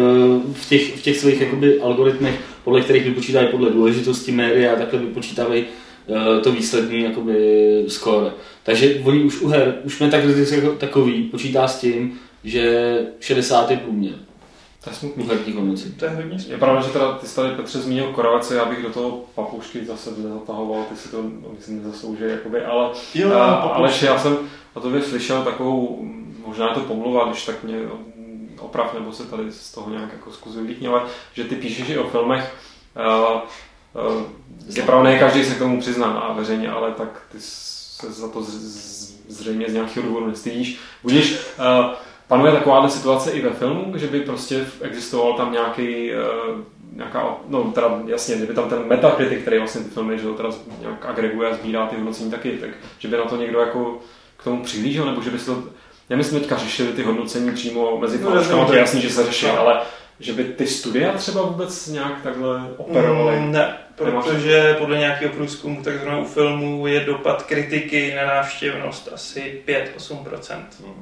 v těch, v těch svých jakoby algoritmech, podle kterých vypočítají podle důležitosti média a takhle vypočítávají to výsledný jakoby score. Takže oni už u her, už Metacritic jako takový počítá s tím, že šedesát je průměr. To je smutný. Herních hodnocení. To je hodně smutný. Je pravda, že teda ty jsi tady, Petře, zmínil korelaci, já bych do toho papoušky zase nezatahoval, ty si to myslím nezaslouží, jakoby, ale jo, a, ale já jsem o tobě slyšel takovou, možná je to pomluva, když tak mě oprav, nebo se tady z toho nějak jako zkusil líkně, ale že ty píšeš i o filmech, uh, uh, je pravda, ne každý se k tomu přizná a veřejně, ale tak ty se za to z, z, zřejmě z nějakého důvodu nestydíš. Budíš, uh, panuje takováhle situace i ve filmu, že by prostě existoval tam nějaký, uh, nějaká, no teda jasně, kdyby tam ten Metacritic, který vlastně ty filmy, že ho teda nějak agreguje a sbírá ty hodnocení taky, tak že by na to někdo jako k tomu přihlížel, nebo že by se to, nemyslím teďka řešili ty hodnocení přímo mezi fanouškama, to je jasný, že se řeší, ale že by ty studia třeba vůbec nějak takhle operovaly? Mm, ne, protože podle nějakého průzkumu tak zrovna u filmů je dopad kritiky na návštěvnost asi pět až osm procent. Mm.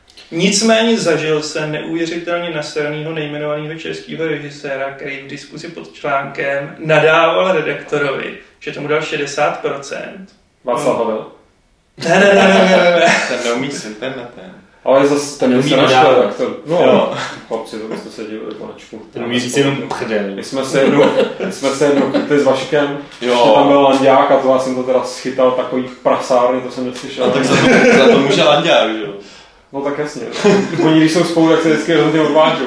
Nicméně zažil jsem neuvěřitelně nasranýho nejmenovaného českého režiséra, který v diskusi pod článkem nadával redaktorovi, že tomu dal šedesát procent. Václav Havel? Ne, ne, ne, ne, ne, ne. Ten neumí s internetem. Ale zase ten neumí se našel, tak to, no, jo. Chlapci, to byste se dívali konečku. Ten umí říct jenom prdel. My jsme se jednou, my jsme se jednou chytli s Vaškem, jo. Že tam byl Lanďák a to já jsem to teda schytal takový prasárny, to jsem neslyšel. A tak za to, za to může Lanďák, že jo? No tak jasně, oni když jsou spolu, tak se vždycky hrozně odvážou.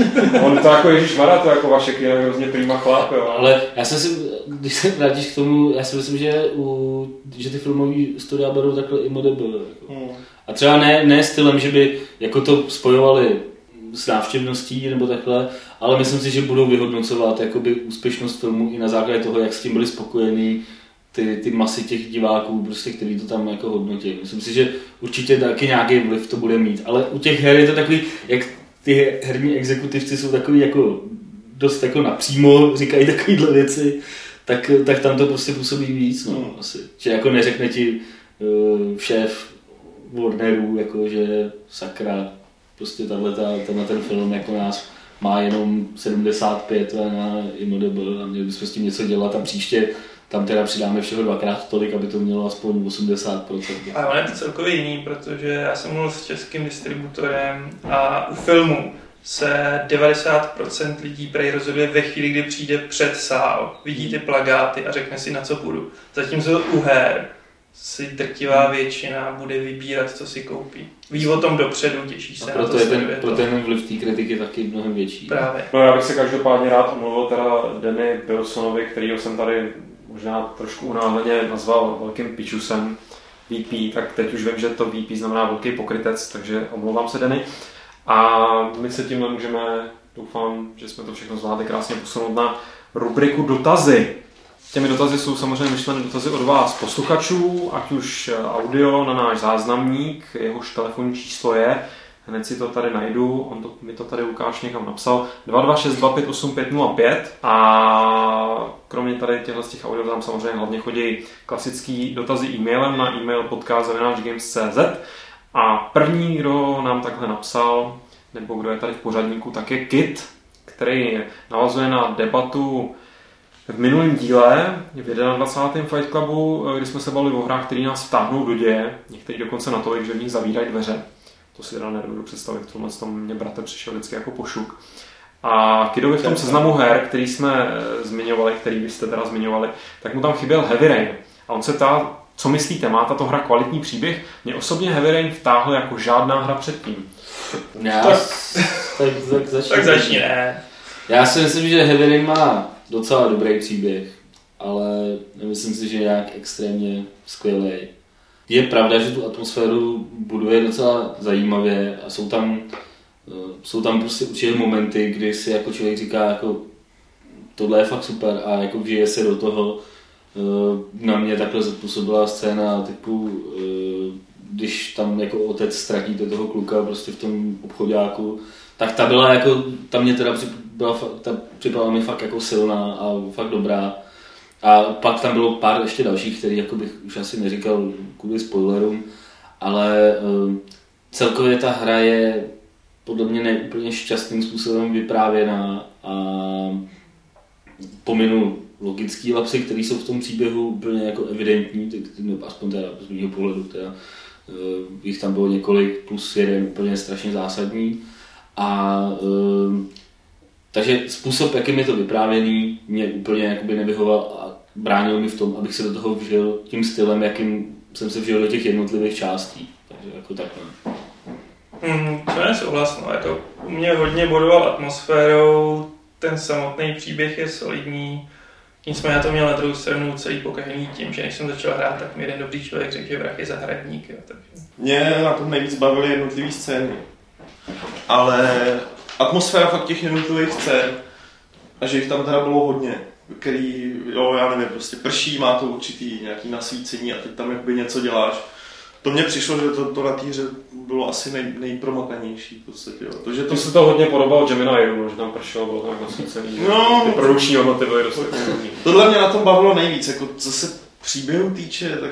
On to jako Ježíšmarja, to jako Vašek je hrozně prima chlap, jo. Ale já jsem si, když se vrátíš k tomu, já si myslím, že, u, že ty filmový studia berou takhle i model. Jako. Hmm. A třeba ne, ne stylem, že by jako to spojovali s návštěvností nebo takhle, ale myslím si, že budou vyhodnocovat jakoby úspěšnost filmu i na základě toho, jak s tím byli spokojení ty, ty masy těch diváků, prostě, kteří to tam jako hodnotí. Myslím si, že určitě taky nějaký vliv to bude mít, ale u těch her je to takový, jak ty herní exekutivci jsou takový jako dost jako napřímo, říkají takovýhle věci, tak, tak tam to prostě působí víc, no, hmm. asi. Že jako neřekne ti uh, šéf Warnerů, jako že sakra, prostě tenhle ten film jako nás má jenom sedmdesát pět na I M D B a měli bychom s tím něco dělat a příště tam teda přidáme všeho dvakrát tolik, aby to mělo aspoň osmdesát procent. Ale on je to celkově jiný, protože já jsem mluvil s českým distributorem a u filmu se devadesát procent lidí prej rozhoduje ve chvíli, kdy přijde před sál, vidí ty plakáty a řekne si, na co půjdu. Zatímco u her si drtivá většina bude vybírat, co si koupí. Ví o tom dopředu, těší se a proto na to. Je ten, proto ten vliv té kritiky taky mnohem větší. Právě. No já bych se každopádně rád omluvil teda Danny Bilsonovi, kterýho jsem tady možná trošku unáhleně nazval velkým pičusem V P, tak teď už vím, že to V P znamená velký pokrytec, takže omlouvám se, Danny. A my se tímhle můžeme, doufám, že jsme to všechno zvládli krásně posunout na rubriku dotazy. Těmi dotazy jsou samozřejmě myšlené dotazy od vás posluchačů, ať už audio na náš záznamník, jehož telefonní číslo je hned si to tady najdu, on to, mi to tady Lukáš někam napsal, dva dva šest dva pět osm pět nula pět a kromě tady těchto z těch audio tam samozřejmě hlavně chodí klasický dotazy e-mailem na e-mail podcast zavináč games tečka cé zet a první, kdo nám takhle napsal, nebo kdo je tady v pořadníku, tak je Kit, který navazuje na debatu v minulém díle, v dvacátém prvním Fight Clubu, kdy jsme se bavili o hrách, které nás vtáhnou do děje, někteří dokonce natolik, že v nich zavírají dveře. To si teda nedovedu představit, v tomhle tom mě bratr přišel vždycky jako pošuk. A Kidovi v tom seznamu her, který jsme zmiňovali, který byste teda zmiňovali, tak mu tam chyběl Heavy Rain. A on se ptá, co myslíte, má tato hra kvalitní příběh? Mě osobně Heavy Rain vtáhl jako žádná hra předtím. Já, tak, tak, tak, začni. tak začni, ne. Já si myslím, že Heavy Rain má docela dobrý příběh, ale nemyslím si, že je nějak extrémně skvělý. Je pravda, že tu atmosféru buduje docela zajímavě a jsou tam, jsou tam prostě určitě momenty, kdy si jako člověk říká, jako tohle je fakt super a jako vžije se do toho. Na mě takhle zapůsobila scéna typu, když tam jako otec ztratíte toho kluka prostě v tom obchodáku, tak ta byla jako, ta mě teda byla, ta připadala mi fakt jako silná a fakt dobrá. A pak tam bylo pár ještě dalších, který jako bych už asi neříkal kvůli spoilerům, ale uh, celkově ta hra je podle mě neúplně šťastným způsobem vyprávěná a pominu logický lapsy, které jsou v tom příběhu úplně jako evidentní, ty, ty, aspoň teda z mého pohledu, teda, uh, jich tam bylo několik plus jeden úplně strašně zásadní. A uh, takže způsob, jakým je to vyprávěný, mě úplně jakoby nevyhoval a bránil mi v tom, abych se do toho vžil tím stylem, jakým jsem se vžil do těch jednotlivých částí. Takže jako takhle. Hmm, to je souhlasno, jako mě hodně bodoval atmosférou, ten samotný příběh je solidní, nicméně já to měl na druhou stranu celý pokažený tím, že než jsem začal hrát, tak mi jeden dobrý člověk řekl, že vrah je zahradník. Jo, takže... Mě na tom nejvíc bavily jednotlivý scény, ale atmosféra fakt těch jednotlivých scén a že jich tam teda bylo hodně, který, jo, já nevím, prostě prší, má to určitý nějaký nasvícení a teď tam jakoby něco děláš. To mně přišlo, že to, to na té hře bylo asi nej, nejpromakanější v podstatě, jo. To, že to... To se to hodně podobalo Gemini, že tam pršelo, bylo to tak nasvícený, no, ty produkční hodnoty byly dost takový. Tohle mě na tom bavilo nejvíc, jako co se příběhu týče, tak...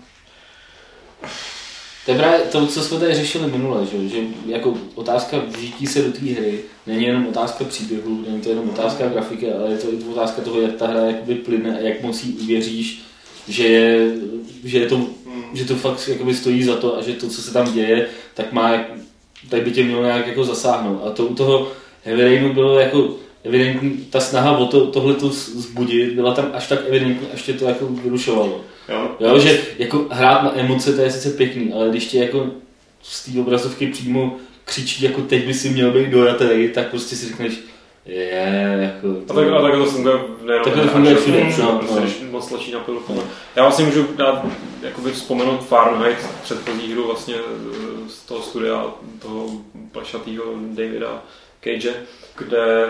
To je právě to, co jsme tady řešili minule, že, že jako otázka vžití se do té hry není jenom otázka příběhu, není to jenom otázka grafiky, ale je to i otázka toho, jak ta hra jakoby plyne a jak moc jí uvěříš, že, je, že, je to, že to fakt jakoby stojí za to a že to, co se tam děje, tak má, tak by tě mělo nějak jako zasáhnout. A to u toho Heavy Rainu bylo jako evidentní, ta snaha o to, tohleto zbudit byla tam až tak evidentní, až tě to jako vyrušovalo. Jo. Jo, že jako hrát na emoce, to je sice pěkný, ale když tě jako z té obrazovky přímo křičí, jako teď by si měl být dojatý, tak prostě si řekneš, je, jako... A tak, a tak to funguje nejenom tak to funguje všude, no, no, prostě, když moc tlačí na pilu. No. Já vlastně můžu dát, jakoby vzpomenout Fahrenheit, předchozí hru vlastně z toho studia, toho plešatýho Davida Cage, kde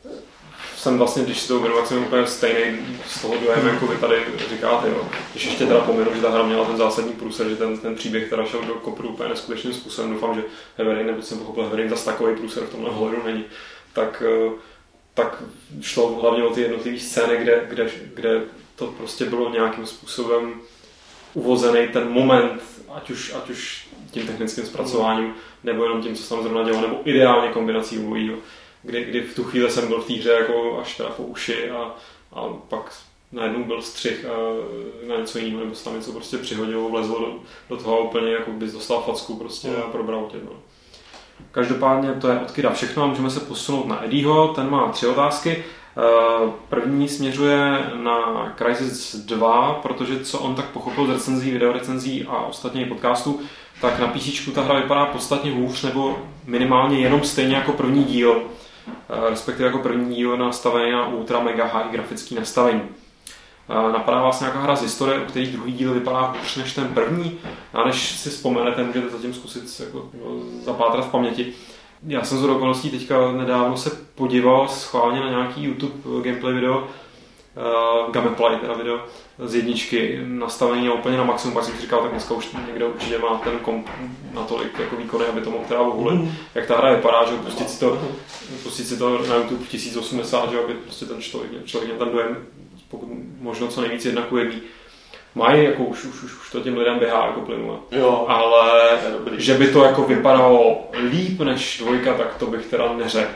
jsem vlastně, když si to uvědomil, jsem úplně stejný z toho dojem, jako vy tady říkáte, jo. Když ještě teda pominu, že ta hra měla ten zásadní průser, že ten, ten příběh teda šel do kopru úplně neskutečným způsobem, doufám, že Heavy Rain, nebo jsem pochopil, Heavy Rain zase takový průser v tomhle ohledu není, tak, tak šlo hlavně o ty jednotlivé scény, kde, kde, kde to prostě bylo nějakým způsobem uvozený ten moment, ať už, ať už tím technickým zpracováním, nebo jenom tím, co se tam zrovna dělo, nebo ideálně kombinací obojího. Kdy, kdy v tu chvíli jsem byl v té hře jako až teda po uši a, a pak najednou byl střih a na něco jiného, nebo se tam něco prostě přihodilo, vlezlo do, do toho úplně, jako bys dostal facku prostě a probral tě. No. Každopádně to je od Kida všechno a můžeme se posunout na Eddieho, ten má tři otázky. První směřuje na Crysis dva, protože co on tak pochopil z recenzí, videorecenzí a ostatních podcastů, tak na písičku ta hra vypadá podstatně hůř, nebo minimálně jenom stejně jako první díl, respektive jako první díl nastavený na ultra mega high grafický nastavení. Napadá vás nějaká hra z historie, u kterých druhý díl vypadá hůř než ten první, a než si vzpomenete, můžete zatím zkusit jako zapátrat v paměti. Já jsem z okolností teďka nedávno se podíval schválně na nějaký YouTube gameplay video uh, Gameplay, teda video z jedničky, nastavení úplně na maximum, pak jsem si říkal, tak dneska už někdo určitě má ten komp natolik jako výkony, aby to mohl teda volit, mm. jak ta hra vypadá, že pustit si to, pustit si to na YouTube v tisíc osmdesát, že aby prostě ten člověk, člověk měl ten dojem, pokud možno co nejvíc jedna ku jedný. Mají, jako už, už, už, už to těm lidem běhá jako plynule. Jo, ale že by to jako vypadalo líp než dvojka, tak to bych teda neřekl.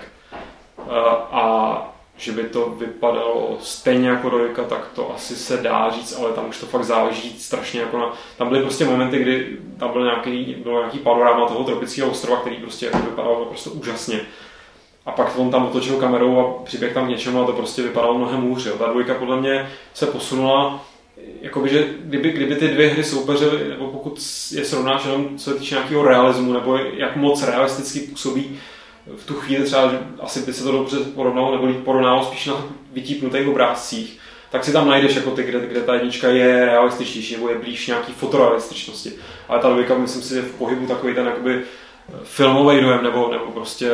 A že by to vypadalo stejně jako dvojka, tak to asi se dá říct, ale tam už to fakt záleží strašně jako na... Tam byly prostě momenty, kdy tam byl nějaký, bylo nějaký panorama toho tropického ostrova, který prostě jako vypadalo prostě úžasně. A pak on tam otočil kamerou a přiběh tam k něčemu a to prostě vypadalo mnohem hůř. Ta dvojka podle mě se posunula, jakoby, že kdyby, kdyby ty dvě hry soupeřily, nebo pokud je srovnáš jenom co se týče nějakého realismu, nebo jak moc realisticky působí v tu chvíli třeba, že asi by se to dobře porovnalo, nebo porovnalo spíš na vytípnutých obrázcích, tak si tam najdeš jako ty, kde, kde ta jednička je realističtější, nebo je blíž nějaký fotorealističnosti. Ale ta dvojka, myslím si, že v pohybu takový ten jakoby filmový dojem, nebo, nebo prostě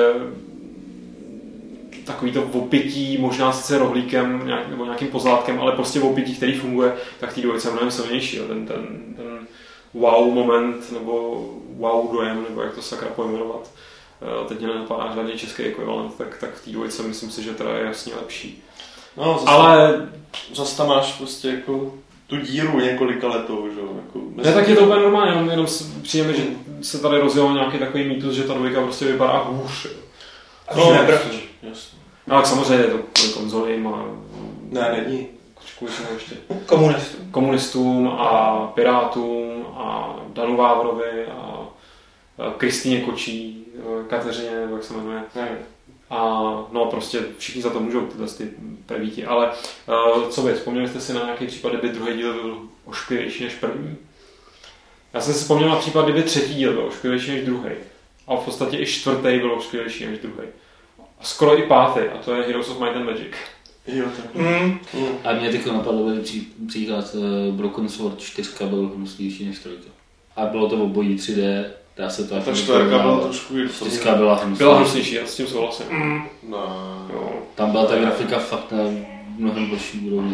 takový to opětí, možná sice rohlíkem nějak, nebo nějakým pozlátkem, ale prostě opětí, který funguje, tak tý dvojice je mnohem silnější. Jo. Ten, ten, ten wow moment, nebo wow dojem, nebo jak to sakra pojmenovat. Teď mě nenapadá žádný český ekvivalent, tak, tak v té dvojice myslím si, že teda je jasně lepší. No, zase, ale zase tam máš prostě jako tu díru několika letou, že jo? Jako ne, tak je to úplně normálně, jenom, jenom přijeme, že se tady rozjel nějaký takový mýtus, že ta dvojka prostě vypadá hůř. No, ne, jasně. No, tak samozřejmě je to kvůli konzolím a... Ne, není. Kvůli ještě. Komunistům. Komunistům a pirátům a Danu Vávrovi a Kristýně Kočí, Kateřině, nebo jak se jmenuje. Ne. A no prostě všichni za to můžou, tyhle ty prevíti. Ale uh, co vy, vzpomněli jste si na nějaký případ, kdyby druhý díl byl ošklivější než první? Já jsem si vzpomněl na případ, kdyby třetí díl byl ošklivější než druhý. A v podstatě i čtvrtý byl ošklivější než druhý. A skoro i pátý, a to je Heroes of Might and Magic. Jo, tak. Mm. Mm. A mě teď napadlo pří, příklad uh, Broken Sword čtyři byl hnusnější než trojka. A bylo to obojí tři dé, dá se to... Ta čtvrka byla trošku... Čtyřka byla hnusnější. Byla hnusnější, já s tím souhlasím. Mm. No. Jo. Tam byla ta grafika fakt na mnohem horší úrovni.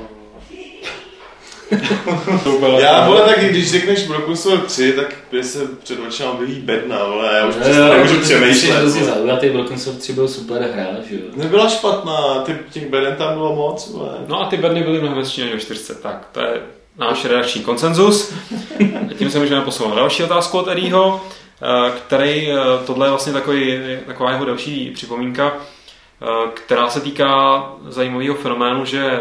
Já, vole, tak když řekneš Broken Sword tři, tak by se před očima objeví bedna, vole, já už přesně nemůžu přemýšlet. Jsi zaujatý, Broken Sword tři byl super hra, že jo? Nebyla špatná, ty, těch beden tam bylo moc, vole. No a ty bedny byly mnohem hezčí než ve čtyřce, tak to je náš redakční konsenzus. A tím se můžeme posouvat na další otázku od Eddieho, který, tohle je vlastně takový, taková jeho další připomínka, která se týká zajímavého fenoménu, že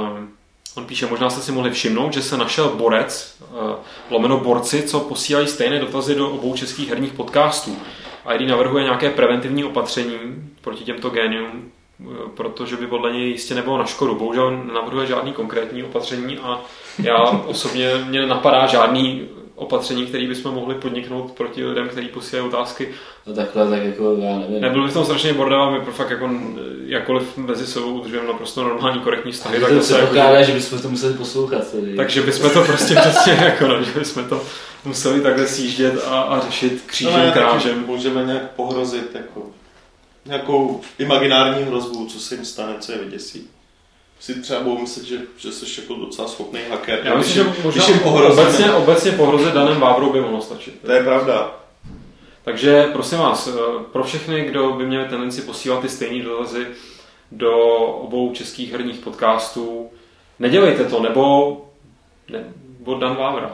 on píše, možná jste si mohli všimnout, že se našel borec, lomeno borci, co posílají stejné dotazy do obou českých herních podcastů. A Eddie navrhuje nějaké preventivní opatření proti těmto géniům, protože by podle něj jistě nebylo na škodu. Bohužel nenavrhuje žádný konkrétní opatření a já osobně mě napadá žádný opatření, které bychom mohli podniknout proti lidem, kteří posílají otázky. No takhle, tak jako já nevím. Nebyl by v tom strašně bordel a my fakt jako jakkoliv mezi sebou udržujeme naprosto normální korektní vztahy. Tak to se pokládá, jako, že bychom to museli poslouchat. Tady. Takže bychom to prostě přesně jako, no, že bychom to museli takhle sjíždět a, a řešit křížem, no, ne, krážem. Můžeme nějak pohrozit jako nějakou imaginární hrozbu, co se jim stane, co je vyděsí. Si třeba budou myslet, že, že jsi jako docela schopný hacker. Já myslím, že možná obecně, obecně pohrozit Danem Vávrou by mohlo stačit. To je pravda. Takže prosím vás, pro všechny, kdo by měli tendenci posílat ty stejné dotazy do obou českých herních podcastů, nedělejte to, nebo, ne, nebo Dan Vávra.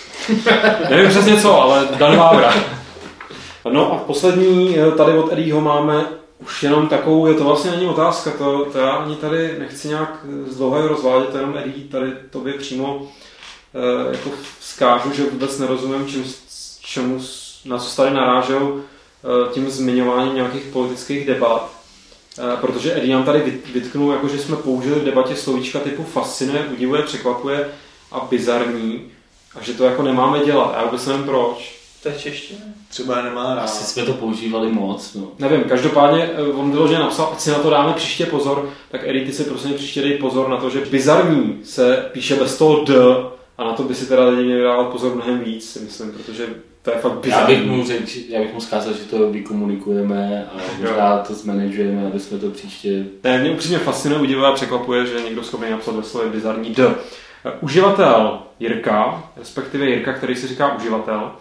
Nevím přesně co, ale Dan Vávra. No a poslední tady od Eddieho máme už jenom takovou, je to vlastně není otázka, to, to já ani tady nechci nějak zdlouho rozvádět, to jenom Eddie tady tobě přímo e, jako vzkážu, že vůbec nerozumím, čím, čemu, na co tady narážel e, tím zmiňováním nějakých politických debat. E, protože Eddie nám tady vytknul, jako že jsme použili v debatě slovíčka typu fascinuje, udivuje, překvapuje a bizarní a že to jako nemáme dělat. A já vůbec nevím proč. To je češtина. Třeba je nemá rád. Asi jsme to používali moc, no. Nevím, každopádně on vyloženě napsal, ať si na to dáme příště pozor, tak Eddie, ty si prostě příště dej pozor na to, že bizarní se píše bez toho D A na to by si teda lidi měli dávat pozor mnohem víc, si myslím, protože to je fakt bizarní. Já bych mu řekl, já bych mu zkázal, že to vykomunikujeme a možná to zmanagujeme, aby jsme to příště... Ne, mě upřímně fascinuje, udivuje a překvapuje, že někdo schopný napsat ve slově bizarní D. Uživatel Jirka, respektive Jirka, který si říká uživatel,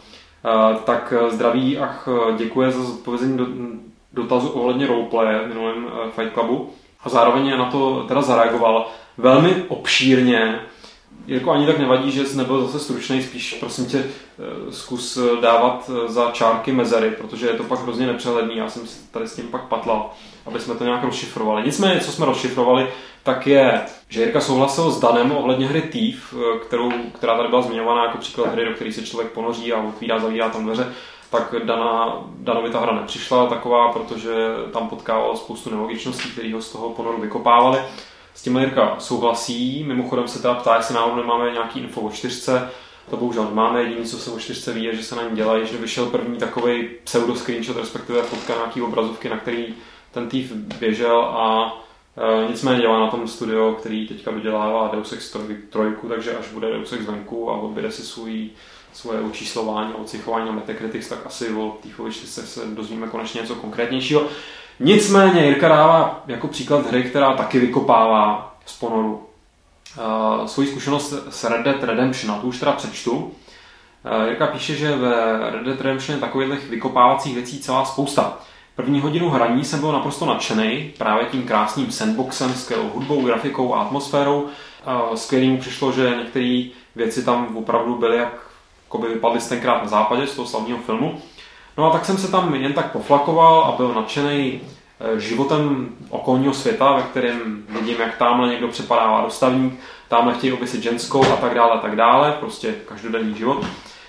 tak zdraví a děkuje za zodpovězení dotazu ohledně roleplaye v minulém Fight Clubu a zároveň na to teda zareagoval velmi obšírně. Jirko, ani tak nevadí, že jsi nebyl zase stručnej, spíš prosím tě zkus dávat za čárky mezery, protože je to pak hrozně nepřehledný, já jsem tady s tím pak patlal, aby jsme to nějak rozšifrovali. Nicméně, co jsme rozšifrovali, tak je, že Jirka souhlasil s Danem ohledně hry Thief, kterou, která tady byla zmiňovaná jako příklad hry, do které se člověk ponoří a otvírá, zavírá tam dveře, tak Dana, Danovi ta hra nepřišla taková, protože tam potkával spoustu nelogičností, které ho z toho ponoru vykopávaly. S tím Jirka souhlasí, mimochodem se teda ptá, jestli náhodou nemáme nějaký info o čtyřce, to bohužel nemáme, jediné, co se o čtyřce ví, je, že se na ní dělají, že vyšel první takovej pseudo screenshot, respektive fotka nějaký obrazovky, na který ten Thief běžel a e, nicméně dělá na tom studio, který teďka dodělává Deus Ex tři, takže až bude Deus Ex venku a odběde si svůj, svoje očíslování a ocichování na Metacritic, tak asi o Thiefovi čtyřce se dozvíme konečně něco konkrétnějšího. Nicméně Jirka dává jako příklad hry, která taky vykopává z ponoru. Uh, svoji zkušenost s Red Dead Redemption, a tu už teda přečtu. Uh, Jirka píše, že ve Red Dead Redemption je takových vykopávacích věcí celá spousta. První hodinu hraní jsem byl naprosto nadšený právě tím krásným sandboxem, skvělou hudbou, grafikou a atmosférou. Uh, skvělý mu přišlo, že některé věci tam opravdu byly, jak by vypadly tenkrát na západě z toho slavného filmu. No a tak jsem se tam jen tak poflakoval a byl nadšený životem okolního světa, ve kterém vidím, jak tamhle někdo přepadává dostavník, tamhle chtějí oběsit ženskou a tak dále, tak dále, prostě každodenní život.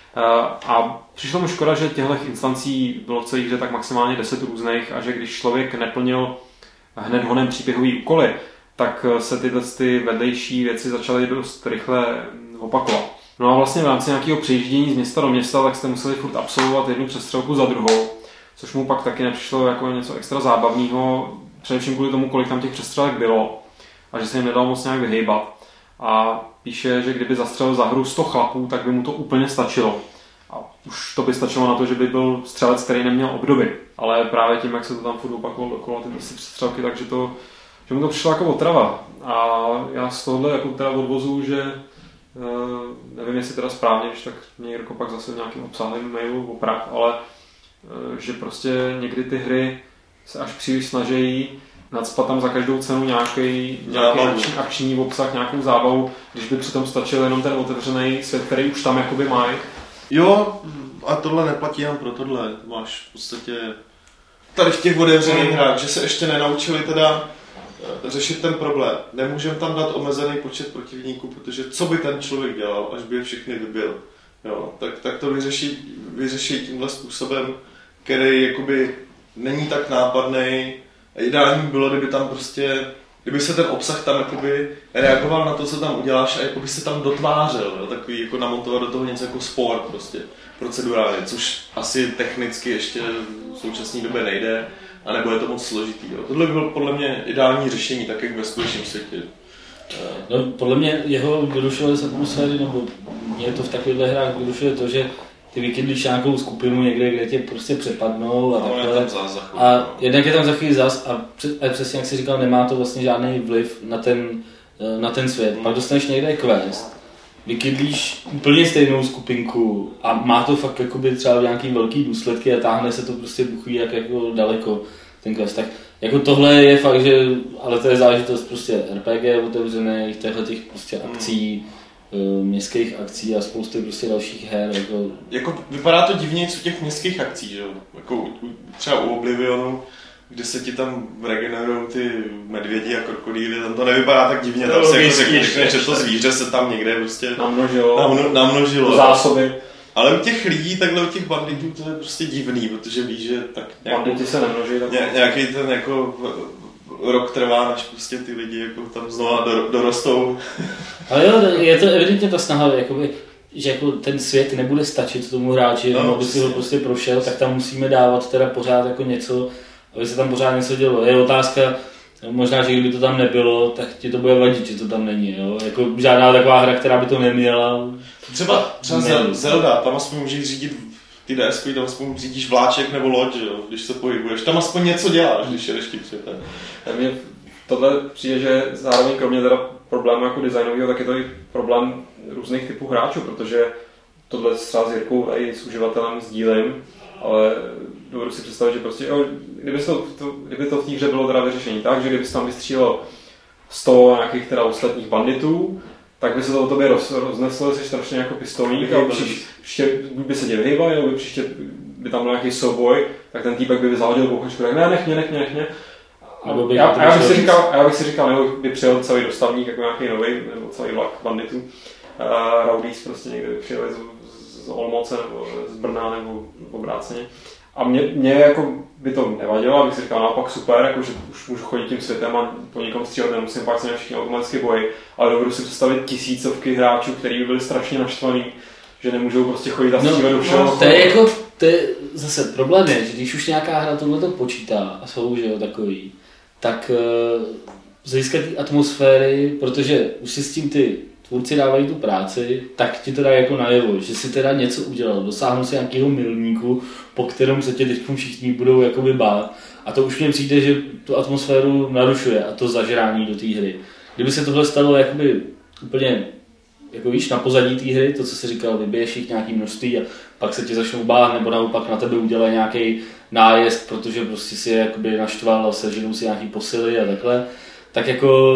A přišlo mi škoda, že těchto instancí bylo v celé hře tak maximálně deset různých a že když člověk neplnil hned honem příběhový úkoly, tak se tyhle ty vedlejší věci začaly dost rychle opakovat. No a vlastně v rámci nějakého přejíždění z města do města, tak jste museli furt absolvovat jednu přestřelku za druhou, což mu pak taky nepřišlo jako něco extra zábavného, především kvůli tomu, kolik tam těch přestřelek bylo a že se jim nedalo moc nějak vyhejbat. A píše, že kdyby zastřelil za hru sto chlapů, tak by mu to úplně stačilo. A už to by stačilo na to, že by byl střelec, který neměl obdoby. Ale právě tím, jak se to tam furt opakovalo okolo ty přestřelky, takže to, že mu to přišlo jako otrava. A já z tohohle jako teda odvozu, že Uh, nevím, jestli teda správně, když tak mě Jirko pak zase v nějakým obsáhlým mailu oprav, ale uh, že prostě někdy ty hry se až příliš snaží nacpat tam za každou cenu nějaký, nějaký akční, akční obsah, nějakou zábavu, když by přitom stačil jenom ten otevřený svět, který už tam jakoby mají. Jo, a tohle neplatí jenom pro tohle, máš v podstatě tady v těch otevřených mm. hrách, že se ještě nenaučili teda řešit ten problém. Nemůžeme tam dát omezený počet protivníků, protože co by ten člověk dělal, až by je všechny vybil. Jo, tak, tak to vyřeší, vyřeší tímhle způsobem, který jakoby není tak nápadný. Ideální bylo, kdyby tam prostě, kdyby se ten obsah tam jakoby reagoval na to, co tam uděláš a jakoby se tam dotvářel, jo, takový jako namontovat do toho něco jako sport prostě, procedurálně, což asi technicky ještě v současné době nejde. A nebo je to moc složitý. Jo. Tohle by bylo podle mě ideální řešení, tak jak ve skutečném světě. No, podle mě jeho vyrušuje z atmosféry, nebo mě to v takovýchhle hrách vyrušuje to, že ty vykydlíš nějakou skupinu někde, kde tě prostě přepadnou a no, takhle. A no. jednak je tam za chvíli zas a, přes, a přesně jak jsi říkal, nemá to vlastně žádný vliv na ten, na ten svět. Pak dostaneš někde quest, vykydlíš úplně stejnou skupinku a má to fakt jakoby třeba nějaký velký důsledky a táhne se to prostě buchví jak jako daleko ten quest. Tak jako tohle je fakt, že, ale to je záležitost prostě R P G otevřených, těchto těch prostě akcí, hmm. městských akcí a spousty prostě dalších her. Jako... jako vypadá to divně u těch městských akcí, že jo? Jako třeba u Oblivionu, kde se ti tam regenerují ty medvědi a krokodýly, tam to nevypadá tak divně, tam se jako řekne, že to zvíře se tam někde prostě namnožilo, namno, namnožilo zásoby. Ale u těch lidí, takhle u těch banditů to je prostě divný, protože víš, že tak nějakou, banditi se nemnoží, tak ně, nějaký ten jako rok trvá, než prostě ty lidi jako tam znova dorostou. Ale jo, je to evidentně ta snaha, jakoby, že jako ten svět nebude stačit tomu hráči, no, aby si ho prostě prošel, tak tam musíme dávat teda pořád jako něco, aby se tam pořád něco dělo. Je otázka, Možná, že kdyby to tam nebylo, tak ti to bude vadit, že to tam není, jo? Jako žádná taková hra, která by to neměla. Třeba, třeba ne. Zelda, tam aspoň můžeš řídit ty D S ky, tam aspoň řídíš vláček nebo loď, jo? Když se pohybuješ. Tam aspoň něco děláš, když jedeš tím světem. Mně tohle přijde, že zároveň kromě teda problému jako designového, tak je to i problém různých typů hráčů, protože tohle třeba s Jirkou i s uživatelem sdílím, ale dovedu si představit, že prostě, jo, kdyby, to, to, kdyby to v té hře bylo teda vyřešení tak, že kdyby se tam vystřílelo sto nějakých teda ostatních banditů, tak by se to o tobě roz, rozneslo, jsi strašně jako pistolník a příště, příště by se tě vyhýbali, nebo by příště by tam byl nějaký souboj, tak ten týpek by vyzáhodil bouchačku, tak ne, nech mě, nech mě, nech mě. A by já, já, bych si říkal, já bych si říkal, nebo by přijel celý dostavník, jako nějaký nový, nebo celý vlak banditů, uh, Rowdies prostě někde by přijeli z, z Olomouce nebo z Brna nebo obráceně. A mě, mě jako by to nevadilo, abych si říkal naopak super, jako, že už můžu chodit tím světem a po někom střílet, nemusím pak se mě všichni automaticky bojí, ale dovedu si představit tisícovky hráčů, kteří by byli strašně naštvaný, že nemůžou prostě chodit a střílet do všeho. No, to je jako, to je zase problém je, že když už nějaká hra tohleto počítá a jsou, že jo, takový, tak uh, získat ty atmosféry, protože už si s tím ty tvůrci dávají tu práci, tak ti to dá jako najevo, že si teda něco udělal, dosáhnou si nějakého milníku, po kterém se tě teď všichni budou jakoby bát. A to už mně přijde, že tu atmosféru narušuje a to zažrání do té hry. Kdyby se tohle stalo jakoby úplně jako víš, na pozadí té hry, to, co jsi říkal, vybiješ jich nějaký množství a pak se ti začnou bát, nebo naopak na tebe udělají nějaký nájezd, protože prostě si je jakoby naštval a seženou si nějaký posily a takhle, tak jako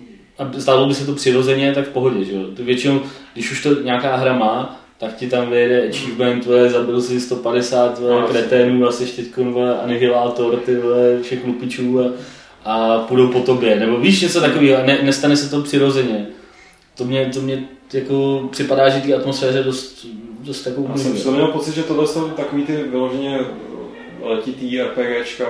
a stálo by se to přirozeně, tak v pohodě, že jo. Většinou, když už to nějaká hra má, tak ti tam vyjede achievement, vole, zabil si sto padesát vole, kreténů a seš teď anihilátor, ty vole, všech lupičů a, a půjdou po tobě, nebo víš něco takového, ne, nestane se to přirozeně. To mě, to mě jako připadá, že ty atmosféře dost, dost takovou Já jsem to měl pocit, že tohle jsou takový ty vyloženě letitý RPGčka,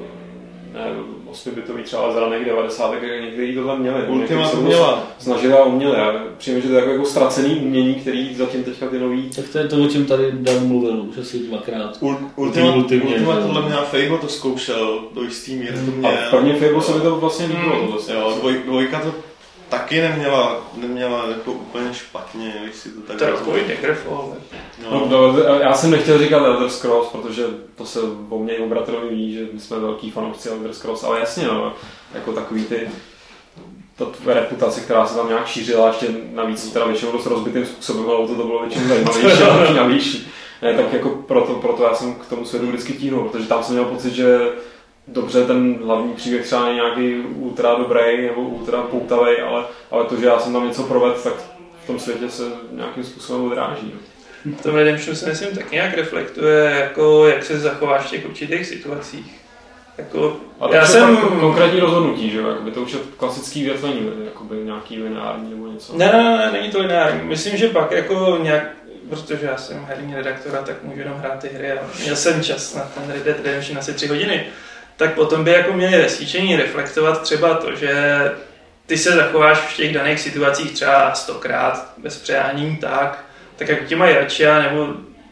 ne, osmibitový třeba z raných devadesátek, některý tohle měli. Ultima to měla. Snažili a uměli. Já přijím, že to je jako, jako ztracený umění, který zatím teďka ty nový... Tak to je to, o čem tady Dan mluvil, už asi dvakrát. Ul, Ultima, Ultima, Ultima tohle měla, Fable to zkoušel, do jistý míry to měl. A v prvním Fable se mi to vlastně líbilo. Mm, jo, dvoj, dvojka to taky neměla, neměla jako úplně špatně, když si to tak... To je takový Daggerfall. No. No, já jsem nechtěl říkat Elder Scrolls, protože to se o mě i o bratrovi ví, že my jsme velký fanoušci Elder Scrolls, ale jasně, no, jako takový ty ta reputace, která se tam nějak šířila, ještě navíc teda většinou dost rozbitým způsobem, ale to, to bylo většinou zajímavější a navíc. Ne, tak jako proto, proto já jsem k tomu světu vždycky tíhnul, protože tam jsem měl pocit, že dobře, ten hlavní příběh třeba není nějaký ultra dobrý nebo ultra poutavý, ale, ale to, že já jsem tam něco provedl, tak v tom světě se nějakým způsobem odráží. V tom Redemptionu se myslím tak nějak reflektuje, jako jak se zachováš v těch určitých situacích. Jako, a já jsem konkrétní rozhodnutí, že jo? Jakoby to už je klasický větvení, jakoby nějaký lineární nebo něco. Ne, ne, ne, není to lineární. Myslím, že pak jako nějak, protože já jsem herní redaktora, tak můžu jenom hrát ty hry a měl jsem čas na ten Red Dead Redemption asi tři hodiny. Tak potom by jako měli resíčení reflektovat třeba to, že ty se zachováš v těch daných situacích třeba stokrát bez přejání tak, tak jako tě mají radši, nebo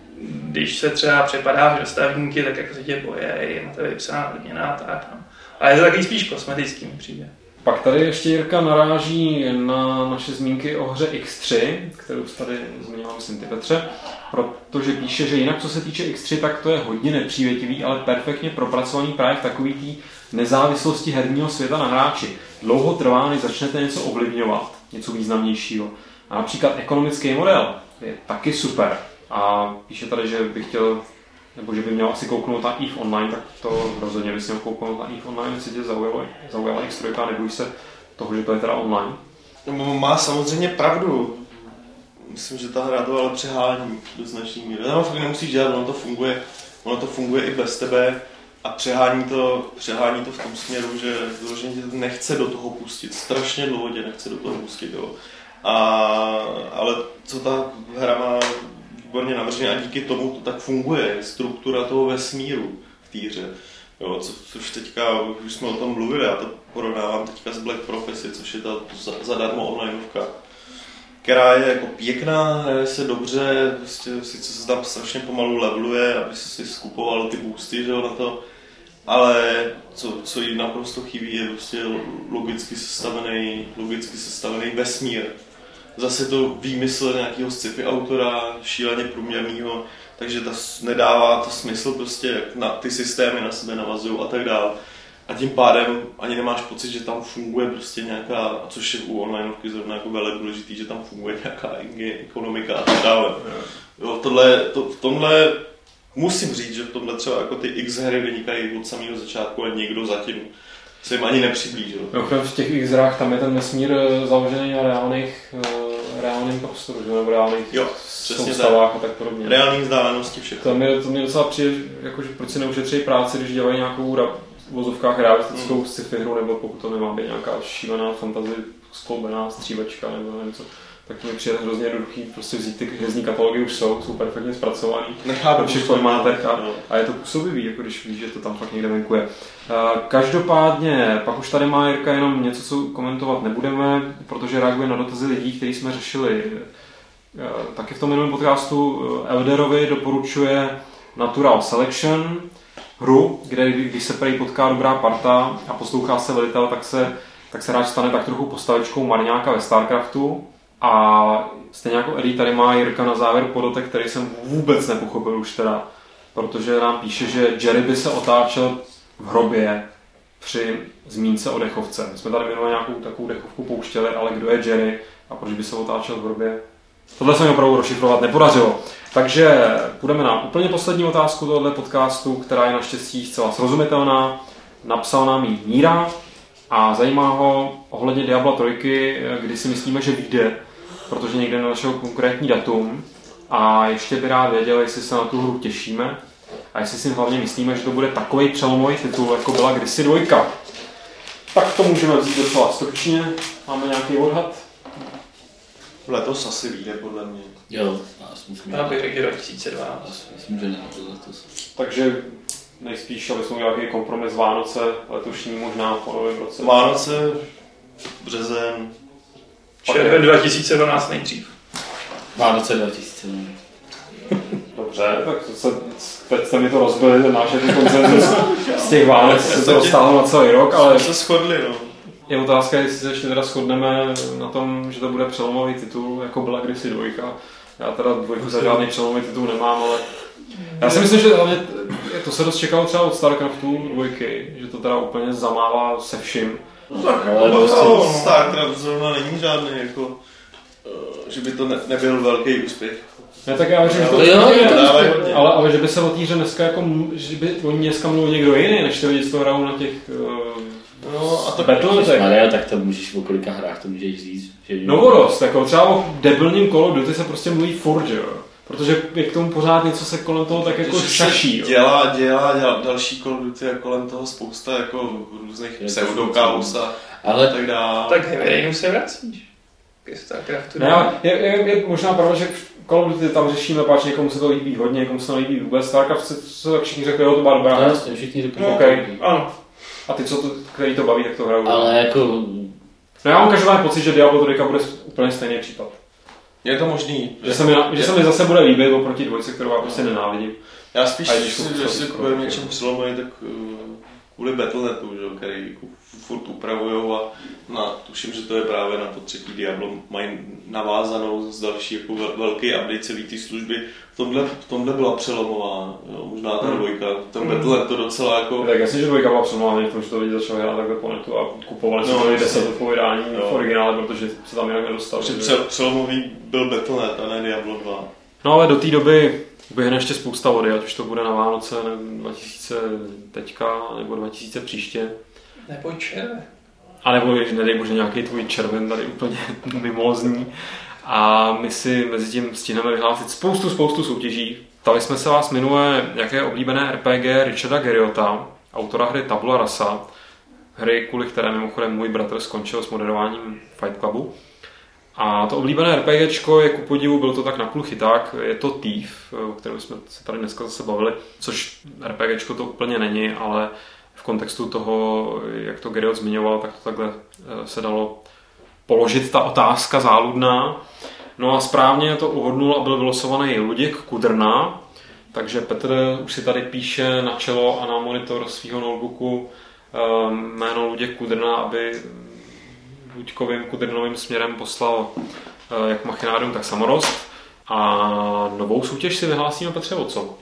když se třeba přepadáš do stavníky, tak jako se tě bojí, je na tebe vypsaná odměna tak. No. Ale je to takový spíš kosmetický mi přijde. Pak tady ještě Jirka naráží na naše zmínky o hře X tři, kterou jsi tady zmiňoval, myslím, ty Petře, protože píše, že jinak co se týče X tři, tak to je hodně nepřívětivý, ale perfektně propracovaný právě v takový tý nezávislosti herního světa na hráči. Dlouho trvá, než začnete něco ovlivňovat, něco významnějšího. A například ekonomický model je taky super. A píše tady, že by chtěl, nebo že by měl asi kouknout na EVE Online, tak to rozhodně bys měl kouknout na EVE Online, jestli tě zaujala, zaujala X tři, nebojíš se toho, že to je teda online. Má samozřejmě pravdu. Myslím, že ta hra to ale přehání do značný míry. No, fakt nemusíš dělat, ono to funguje, ono to funguje i bez tebe a přehání to, přehání to v tom směru, že vyloženě tě nechce do toho pustit, strašně dlouho tě nechce do toho pustit, jo. A, ale co ta hra má výborně navržené a díky tomu to tak funguje, struktura toho vesmíru v té hře. Jo, co, což teďka, už jsme o tom mluvili, já to porovnávám teďka s Black Prophecy, což je ta zadarmo onlineovka, která je jako pěkná, hraje se dobře, prostě sice se tam strašně pomalu leveluje, aby si skupoval ty boosty, že jo, na to, ale co, co jí naprosto chybí, je prostě logicky sestavený, logicky sestavený vesmír. Zase to výmysl nějakého sci-fi autora, šíleně průměrného, takže ta nedává to smysl prostě, jak na ty systémy na sebe navazují a tak dále. A tím pádem ani nemáš pocit, že tam funguje prostě nějaká, což je u onlineovky zrovna jako velmi důležitý, že tam funguje nějaká ekonomika a tak dále. Jo, tohle, to, v tomhle musím říct, že v tomhle třeba jako ty X hry vynikají od samého začátku, ale někdo zatím se jim ani nepřiblížil. No, v těch X hrách tam je ten vesmír založený na reálných, reálným prostoru, že? Nebo reálných jo, soustavách a tak podobně. Reálných vzdálenosti všechno. To mě, to mě docela přijde, jakože proč si neušetří práci, když dělají nějakou v vozovkách realistickou mm. sci-fi hru, nebo pokud to nemá být nějaká šílená fantazie skloubená střívačka nebo něco. Tak mi přijde hrozně jednoduchý prostě vzít ty hvězdní katalogy, už jsou, jsou perfektně zpracovaný ve všech formátech a, a je to působivý, jako když víš, že to tam fakt někde venkuje. Každopádně, pak už tady má Jirka jenom něco, co komentovat nebudeme, protože reaguje na dotazy lidí, který jsme řešili. Taky v tom minulém podcastu Elderovi doporučuje Natural Selection, hru, kde když se prý potká dobrá parta a poslouchá se velitel, tak se, tak se hráč stane tak trochu postavičkou marňáka ve Starcraftu. A stejně jako Eddie tady má Jirka na závěr podotek, který jsem vůbec nepochopil už teda, protože nám píše, že Jerry by se otáčel v hrobě při zmínce o dechovce. My jsme tady minule nějakou takovou dechovku pouštěli, ale kdo je Jerry a proč by se otáčel v hrobě? Tohle se mi opravdu rozšifrovat nepodařilo. Takže půjdeme na úplně poslední otázku tohoto podcastu, která je naštěstí zcela srozumitelná. Napsal nám ji Míra a zajímá ho ohledně Diabla tři, kdy si myslíme, že vyjde, protože někde nenašel konkrétní datum a ještě by rád věděl, jestli se na tu hru těšíme a jestli si hlavně myslíme, že to bude takový přelomový titul, jako byla kdysi dvojka. Tak to můžeme vzít docela stručně. Máme nějaký odhad? Letos asi vyjde, podle mě. Jo, já si myslím, že já bych řekl dva tisíce dvanáct. Myslím, že ne, to letos. Takže nejspíš, aby jsme nějaký kompromis Vánoce, letošní možná po novém roce. Vánoce, březen. Červen dva tisíce dvanáct nejdřív. Vánoce dva tisíce dvanáct. Dobře, tak se, teď jste mi to rozbili, ten náš konsenzus z těch Vánoc se to dostalo na celý rok, ale se shodli, no. Je otázka, jestli se ještě teda shodneme na tom, že to bude přelomový titul, jako byla kdysi dvojka. Já teda dvojku za žádný přelomový titul nemám, ale já si myslím, že hlavně to se dost čekalo třeba od Starcraftu dvojky, že to teda úplně zamává se vším. No tak, ale prostě Starcraft zrovna není žádný, jako, že by to ne, nebyl velký úspěch. Ne, tak já věřím, že to jo, ale, ale, ale že by se o té hře dneska jako, že by oni dneska mluvil někdo jiný, než ty lidi, co to hrajou na těch no, a to Battletech. Ale tak to můžeš o kolika hrách to můžeš říct. Že no vodost, jako třeba o debilním Call of Duty se prostě mluví furt, že jo. Protože je k tomu pořád něco se kolem toho tak jako šaší. Dělá, dělá, dělá další Call of Duty a kolem toho spousta jako různých pseudokaus a ale tak dále. Tak Heavy Rainu se vracíš. Ke Starcraftu. Ne, je, je, je možná pravda, že Call of Duty tam řešíme, páč někomu se to líbí hodně, někomu se to líbí vůbec. Starcraft se, se tak všichni řekli, jo, to byla dobrá. Jasně, všichni řekli, no, okay. Ano. A ty, co to, který to baví, tak to hrajou. Ale jako... No já mám každopádně pocit, že Diablo tři bude úplně stejný případ. Je to možný. Že se mi, že se mi zase bude líbit oproti dvojce, kterou já prostě nenávidím. Já spíš, když si budeme něčem přelomový, tak kvůli Battlenetu, že, který furt upravujou a na, tuším, že to je právě na to třetí Diablo, mají navázanou z další jako velký update celé té služby. V tomhle, v tomhle byla přelomová, jo, možná ta dvojka, ten hmm. Battlenet to docela jako... Tak jasně, že dvojka byla přelomová, v tom, že to lidi začali hrát takhle po netu a kupovali si no, to deset odpovědání v originále, protože se tam nějak nedostali. Přel, přelomový byl Battlenet a ne Diablo dva. No ale do té doby běhne ještě spousta vody, ať už to bude na Vánoce dva tisíce teďka, nebo dva tisíce příště. Nebo červen. A nebo, nedej bože, nějaký tvůj červen tady úplně mimózní. A my si mezi tím stihneme vyhlásit spoustu, spoustu soutěží. Ptali jsme se vás minule, jaké je oblíbené R P G Richarda Garriotta, autora hry Tabula Rasa, hry, kvůli které mimochodem můj bratr skončil s moderováním Fight Clubu. A to oblíbené RPGčko je ku podivu, byl to tak napůl chyták, je to Thief, o kterém jsme se tady dneska zase bavili, což RPGčko to úplně není, ale v kontextu toho, jak to Garriott zmiňoval, tak to takhle se dalo položit ta otázka záludná. No a správně to uhodnul a byl vylosovaný Luděk Kudrna, Takže Petr už si tady píše na čelo a na monitor svého notebooku jméno Luděk Kudrna, aby Luďkovým Kudrnovým směrem poslal jak Machinárium, tak Samorost. A novou soutěž si vyhlásíme, Petře, o co?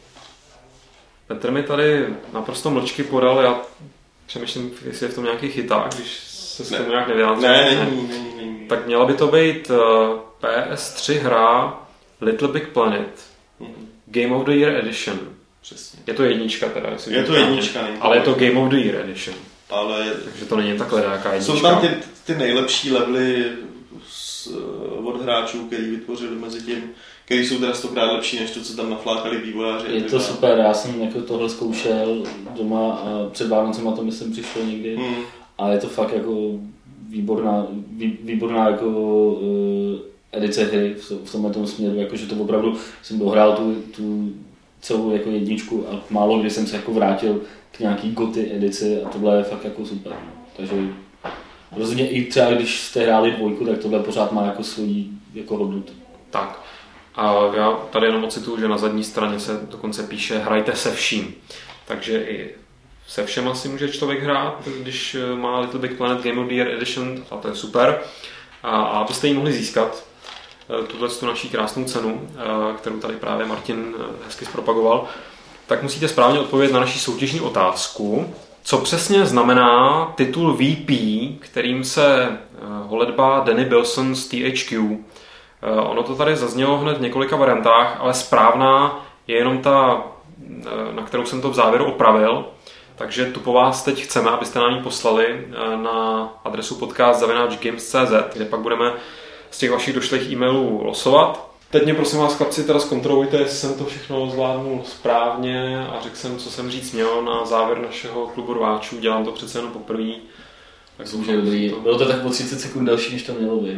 Petr mi tady naprosto mlčky podal, já přemýšlím, jestli je v tom nějaký chyták, když se s tomu nějak nevyjádřil. Ne, není, není, není. Tak měla by to být P S tři hra Little Big Planet, mm-hmm. Game of the Year Edition. Přesně. Je to jednička teda. Je to jednička. Ne, ale je to Game of the Year Edition. Ale takže to není takhle nějaká jednička. Jsou tam ty, ty nejlepší levely z, od hráčů, který vytvořili mezi tím, který jsou teda stokrát lepší než to, co tam naflákali vývojáři. Je to super, já jsem jako tohle zkoušel doma a před Vánocema to myslím přišlo někdy. Hmm. A je to fakt jako výborná, vý, výborná jako uh, edice hry v, v tomhle tom směru, jakože to opravdu jsem dohrál tu, tu celou jako jedničku a málo kdy jsem se jako vrátil k nějaký goty edici a tohle je fakt jako super. Takže rozhodně i třeba když jste hráli dvojku, tak tohle pořád má jako svoji jako hodnotu. Tak. A já tady jenom ocituju, že na zadní straně se dokonce píše hrajte se vším. Takže i se všem asi může člověk hrát, když má Little Big Planet Game of the Year Edition, a to je super. A, a abyste ji mohli získat, tuhle tu naší krásnou cenu, kterou tady právě Martin hezky zpropagoval, tak musíte správně odpovědět na naši soutěžní otázku. Co přesně znamená titul V P, kterým se holedba Danny Bilson z T H Q? Ono to tady zaznělo hned v několika variantách, ale správná je jenom ta, na kterou jsem to v závěru opravil. Takže tu po vás teď chceme, abyste nám ji poslali na adresu podcast zavináč games tečka cé zet, kde pak budeme z těch vašich došlých e-mailů losovat. Teď mě prosím vás, chlapci, teda zkontrolujte, jestli jsem to všechno zvládnul správně a řekl jsem, co jsem říct měl na závěr našeho klubu rváčů. Dělám to přece jenom poprvé. Tak to dobrý. To... Bylo to tak po třicet sekund další, než to mělo být.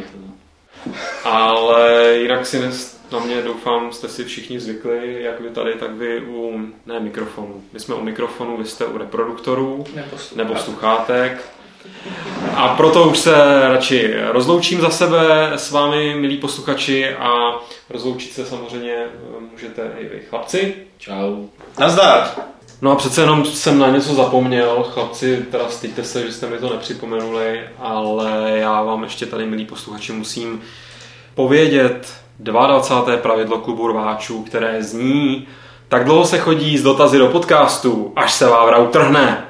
Ale jinak si nes, na mě, doufám, jste si všichni zvykli, jak vy tady, tak vy u, ne mikrofonu. My jsme u mikrofonu, vy jste u reproduktorů nebo sluchátek. A proto už se radši rozloučím za sebe s vámi, milí posluchači, a rozloučit se samozřejmě můžete i vy, chlapci. Čau. Nazdar. No a přece jenom jsem na něco zapomněl, chlapci, teda styďte se, že jste mi to nepřipomenuli, ale já vám ještě tady, milí posluchači, musím povědět dvacáté druhé pravidlo klubu rváčů, které zní: tak dlouho se chodí s dotazy do podcastu, až se vávra utrhne.